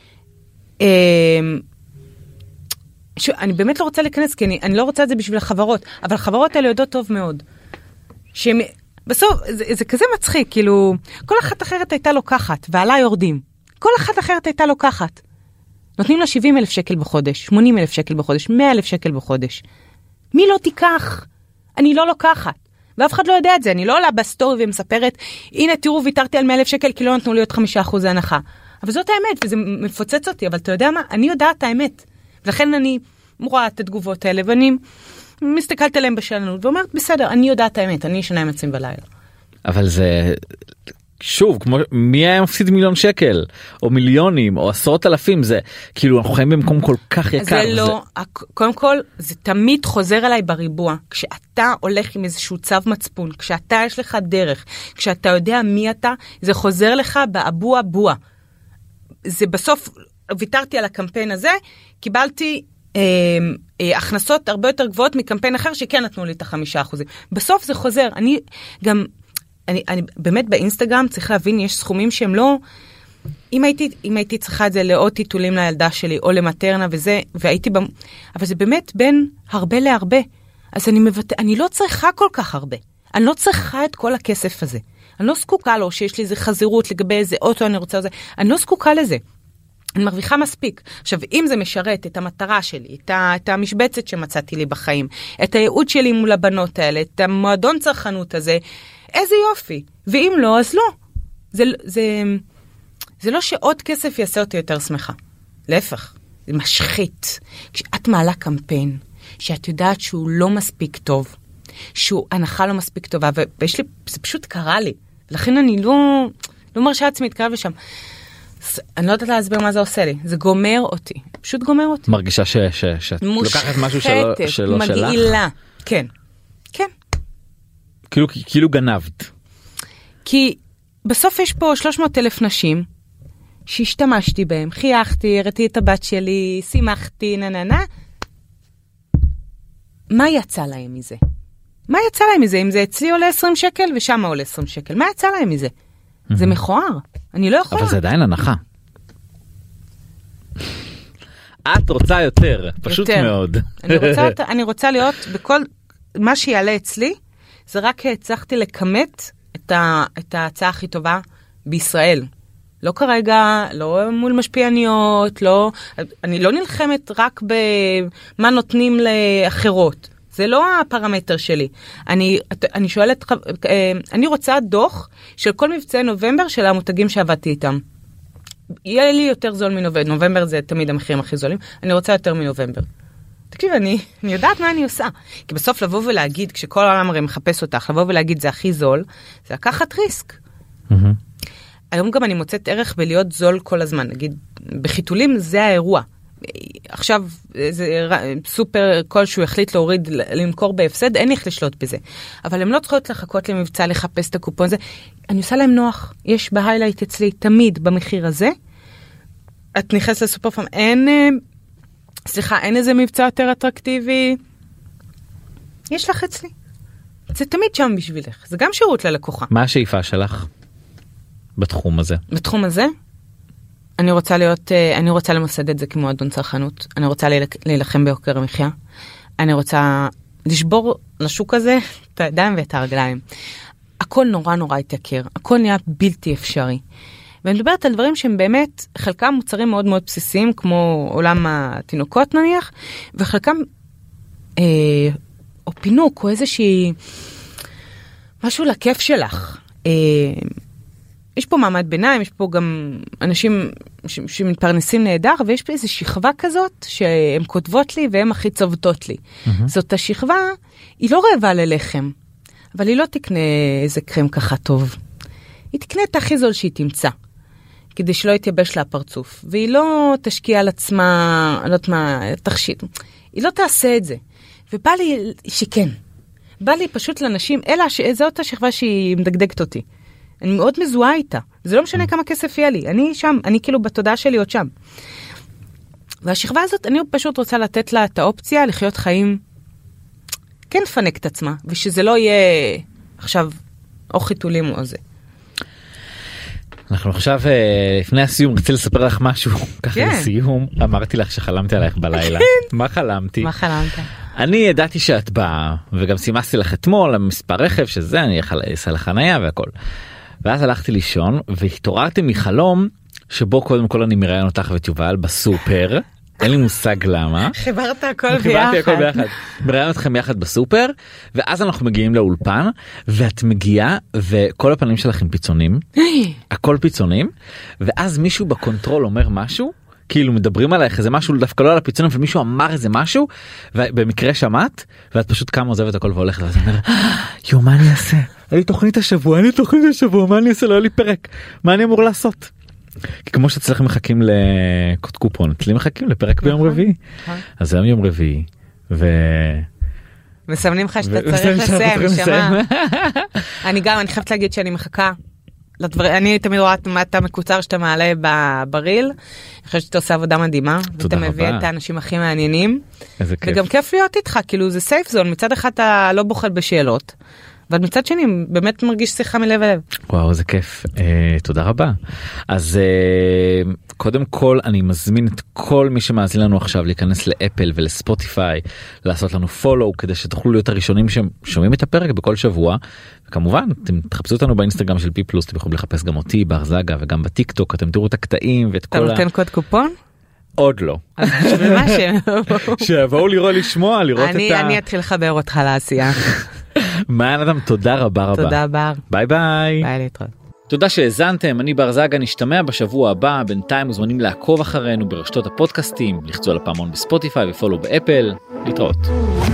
באמת לא רוצה להיכנס, כי אני לא רוצה את זה בשביל החברות, אבל החברות האלה יודעות טוב מאוד. בסוף, זה כזה מצחיק, כאילו, כל אחת אחרת הייתה לוקחת, ועלה יורדים. כל אחת אחרת הייתה לוקחת. נותנים לה 70,000 שקל בחודש, 80,000 שקל בחודש, 100,000 שקל בחודש. מי לא תיקח? אני לא לוקחת. ואף אחד לא יודע את זה, אני לא עולה בסטורי ומספרת, הנה תראו, ויתרתי על 100,000 שקל, כי לא נתנו לי עוד 5% הנחה. אבל זאת האמת, וזה מפוצץ אותי, אבל אתה יודע מה? אני יודעת האמת. ולכן אני רואה את התגובות האלה, ואני מסתכלת עליהם בשלנות, ואומרת, בסדר, אני יודעת האמת, אני ישנה עם עצמי בלילה. אבל זה, שוב, כמו מי היה מפסיד מיליון שקל או מיליונים או עשרות אלפים, זה כאילו אנחנו חיים במקום כל כך יקר. זה לא, קודם כל זה תמיד חוזר אליי בריבוע, כשאתה הולך עם איזשהו צו מצפון, כשאתה יש לך דרך, כשאתה יודע מי אתה, זה חוזר לך באבוע בוע. זה בסוף, ויתרתי על הקמפיין הזה, קיבלתי הכנסות הרבה יותר גבוהות מקמפיין אחר שכן נתנו לי את 5%. בסוף זה חוזר. אני באמת באינסטגרם צריך להבין, יש סכומים שהם לא, אם הייתי צריכה את זה לעוד טיטולים לילדה שלי, או למטרנה וזה, אבל זה באמת בין הרבה להרבה. אז אני לא צריכה כל כך הרבה. אני לא צריכה את כל הכסף הזה. אני לא זקוקה לו שיש לי איזה חזירות לגבי איזה אוטו אני רוצה, אני לא זקוקה לזה. אני מרוויחה מספיק. עכשיו, אם זה משרת את המטרה שלי, את המשבצת שמצאתי לי בחיים, את הייעוד שלי מול הבנות האלה, את המועדון צרכנות הזה, איזה יופי. ואם לא, אז לא. זה לא שעוד כסף יעשה אותי יותר שמחה. להפך, זה משחית. כשאת מעלה קמפיין, שאת יודעת שהוא לא מספיק טוב, שהוא הנחה לא מספיק טובה, זה פשוט קרה לי. לכן אני לא מרשה עצמי להתקרב לשם. אני לא יודעת להסביר מה זה עושה לי. זה גומר אותי. פשוט גומר אותי. מרגישה שאת לוקחת משהו שלא שלך? מגעילה. כן. כן. כאילו גנבת. כי בסוף יש פה 300,000 נשים שהשתמשתי בהם, חייכתי, הראיתי את הבת שלי, שימחתי, נננה. מה יצא להם מזה? מה יצא להם מזה? אם זה אצלי עולה 20 שקל ושם עולה 20 שקל. מה יצא להם מזה? זה מכוער. אני לא יכולה. אבל זה עדיין הנחה. את רוצה יותר, פשוט מאוד. אני רוצה להיות בכל, מה שיעלה אצלי, זה רק הצלחתי לקמת את ההצעה הכי טובה בישראל. לא כרגע, לא מול משפיעניות, אני לא נלחמת רק במה נותנים לאחרות. זה לא הפרמטר שלי. אני שואלת, אני רוצה דוח של כל מבצעי נובמבר של המותגים שעבדתי איתם. יהיה לי יותר זול מנובמבר. נובמבר זה תמיד המחירים הכי זולים. אני רוצה יותר מנובמבר. תקשיב, אני יודעת מה אני עושה. כי בסוף לבוא ולהגיד, כשכל העולם הרי מחפש אותך, לבוא ולהגיד זה הכי זול, זה לקחת ריסק. היום גם אני מוצאת ערך בלהיות זול כל הזמן. נגיד, בחיתולים זה האירוע. עכשיו, זה סופר כלשהו החליט להוריד, למכור בהפסד, אין איך לשלוט בזה. אבל הם לא צריכות לחכות למבצע, לחפש את הקופון הזה. אני עושה להם נוח. יש בהיילייט אצלי תמיד במחיר הזה. את נכנסת לסופר פארם, אין איזה מבצע יותר אטרקטיבי. יש לך אצלי. זה תמיד שם בשבילך. זה גם שירות ללקוחה. מה השאיפה שלך בתחום הזה? בתחום הזה? אני רוצה למסד את זה כמועדון צרכנות. אני רוצה להילחם ביוקר המחיה. אני רוצה לשבור לשוק הזה את הידיים ואת הרגליים. הכל נורא נורא התייקר. הכל נהיה בלתי אפשרי. ואני מדברת על דברים שהם באמת, חלקם מוצרים מאוד מאוד בסיסיים, כמו עולם התינוקות נניח, וחלקם או פינוק, או איזושהי משהו לכיף שלך. יש פה מעמד ביניים, יש פה גם אנשים שמתפרנסים נהדר, ויש פה איזו שכבה כזאת שהן כותבות לי והן הכי צובטות לי. זאת השכבה, היא לא רעבה ללחם, אבל היא לא תקנה איזה קרם ככה טוב. היא תקנה את הכי זול שהיא תמצא, כדי שלא יתייבש לה הפרצוף. והיא לא תשקיע על עצמה, לא יודעת מה, תכשיט. היא לא תעשה את זה. ובא לי שכן. בא לי פשוט לאנשים, אלא זו אותה שכבה שהיא מדגדגת אותי. אני מאוד מזוהה איתה. זה לא משנה כמה כסף יהיה לי. אני שם, אני כאילו בתודעה שלי עוד שם. והשכבה הזאת, אני פשוט רוצה לתת לה את האופציה לחיות חיים, כן לפנק את עצמה, ושזה לא יהיה עכשיו או חיתולים או זה. אנחנו עכשיו, לפני הסיום, רציתי לספר לך משהו, ככה לסיום, אמרתי לך שחלמתי עלייך בלילה. מה חלמתי? מה חלמת? אני ידעתי שאת באה, וגם סימסתי לך אתמול, המספר רכב שזה, אני אעשה לך חניה והכל. ואז הלכתי לישון, והתעוררתי מחלום, שבו קודם כל אני מראיין אותך ותובל בסופר, אין לי מושג למה. חיברת הכל ביחד. מראיין אתכם יחד בסופר, ואז אנחנו מגיעים לאולפן, ואת מגיעה, וכל הפנים שלך עם פיצונים, הכל פיצונים, ואז מישהו בקונטרול אומר משהו, כאילו מדברים עלייך איזה משהו דווקא לא על הפיצונים ומישהו אמר איזה משהו ובמקרה שמעת ואת פשוט קמה עוזבת הכל והולכת ואז אומר יו מה אני אעשה? היה לי תוכנית השבוע מה אני אעשה? לא היה לי פרק מה אני אמור לעשות? כי כמו שאצלכם מחכים לקוד קופון אצלי מחכים לפרק ביום רביעי אז היום יום רביעי מסמנים לך שאתה צריך לסיים, שמה. אני חייבת להגיד שאני מחכה. אני תמיד רואה את המקוצר שאתה מעלה בריל. אני חושבת שאתה עושה עבודה מדהימה. ואתה מביא את האנשים הכי מעניינים. וגם כיף להיות איתך, כאילו זה סייף זון. מצד אחד אתה לא בוחל בשאלות. אבל מצד שני באמת מרגיש שיחה מלב אל לב. וואו זה כיף, תודה רבה. אז קודם כל אני מזמין את כל מי שמאזין לנו עכשיו להיכנס לאפל ולספוטיפיי, לעשות לנו פולו כדי שתוכלו להיות הראשונים ששומעים את הפרק בכל שבוע. וכמובן אתם תחפשו אותנו באינסטגרם של P+, אתם יכולים לחפש גם אותי בר זגה וגם בטיקטוק, אתם תראו את הקטעים ואת כל אתה נותן קוד קופון? עוד לא. שיבואו לשמוע, לראות את ה... אני אתחיל לחבר אותך לעשייה. מעיין אדם, תודה רבה. תודה בר. ביי ביי. ביי להתראות. תודה שהאזנתם, אני בר זגה, נשתמע בשבוע הבא, בינתיים מוזמנים לעקוב אחרינו ברשתות הפודקאסטים, לחצו על הפעמון בספוטיפיי ופולו באפל, להתראות.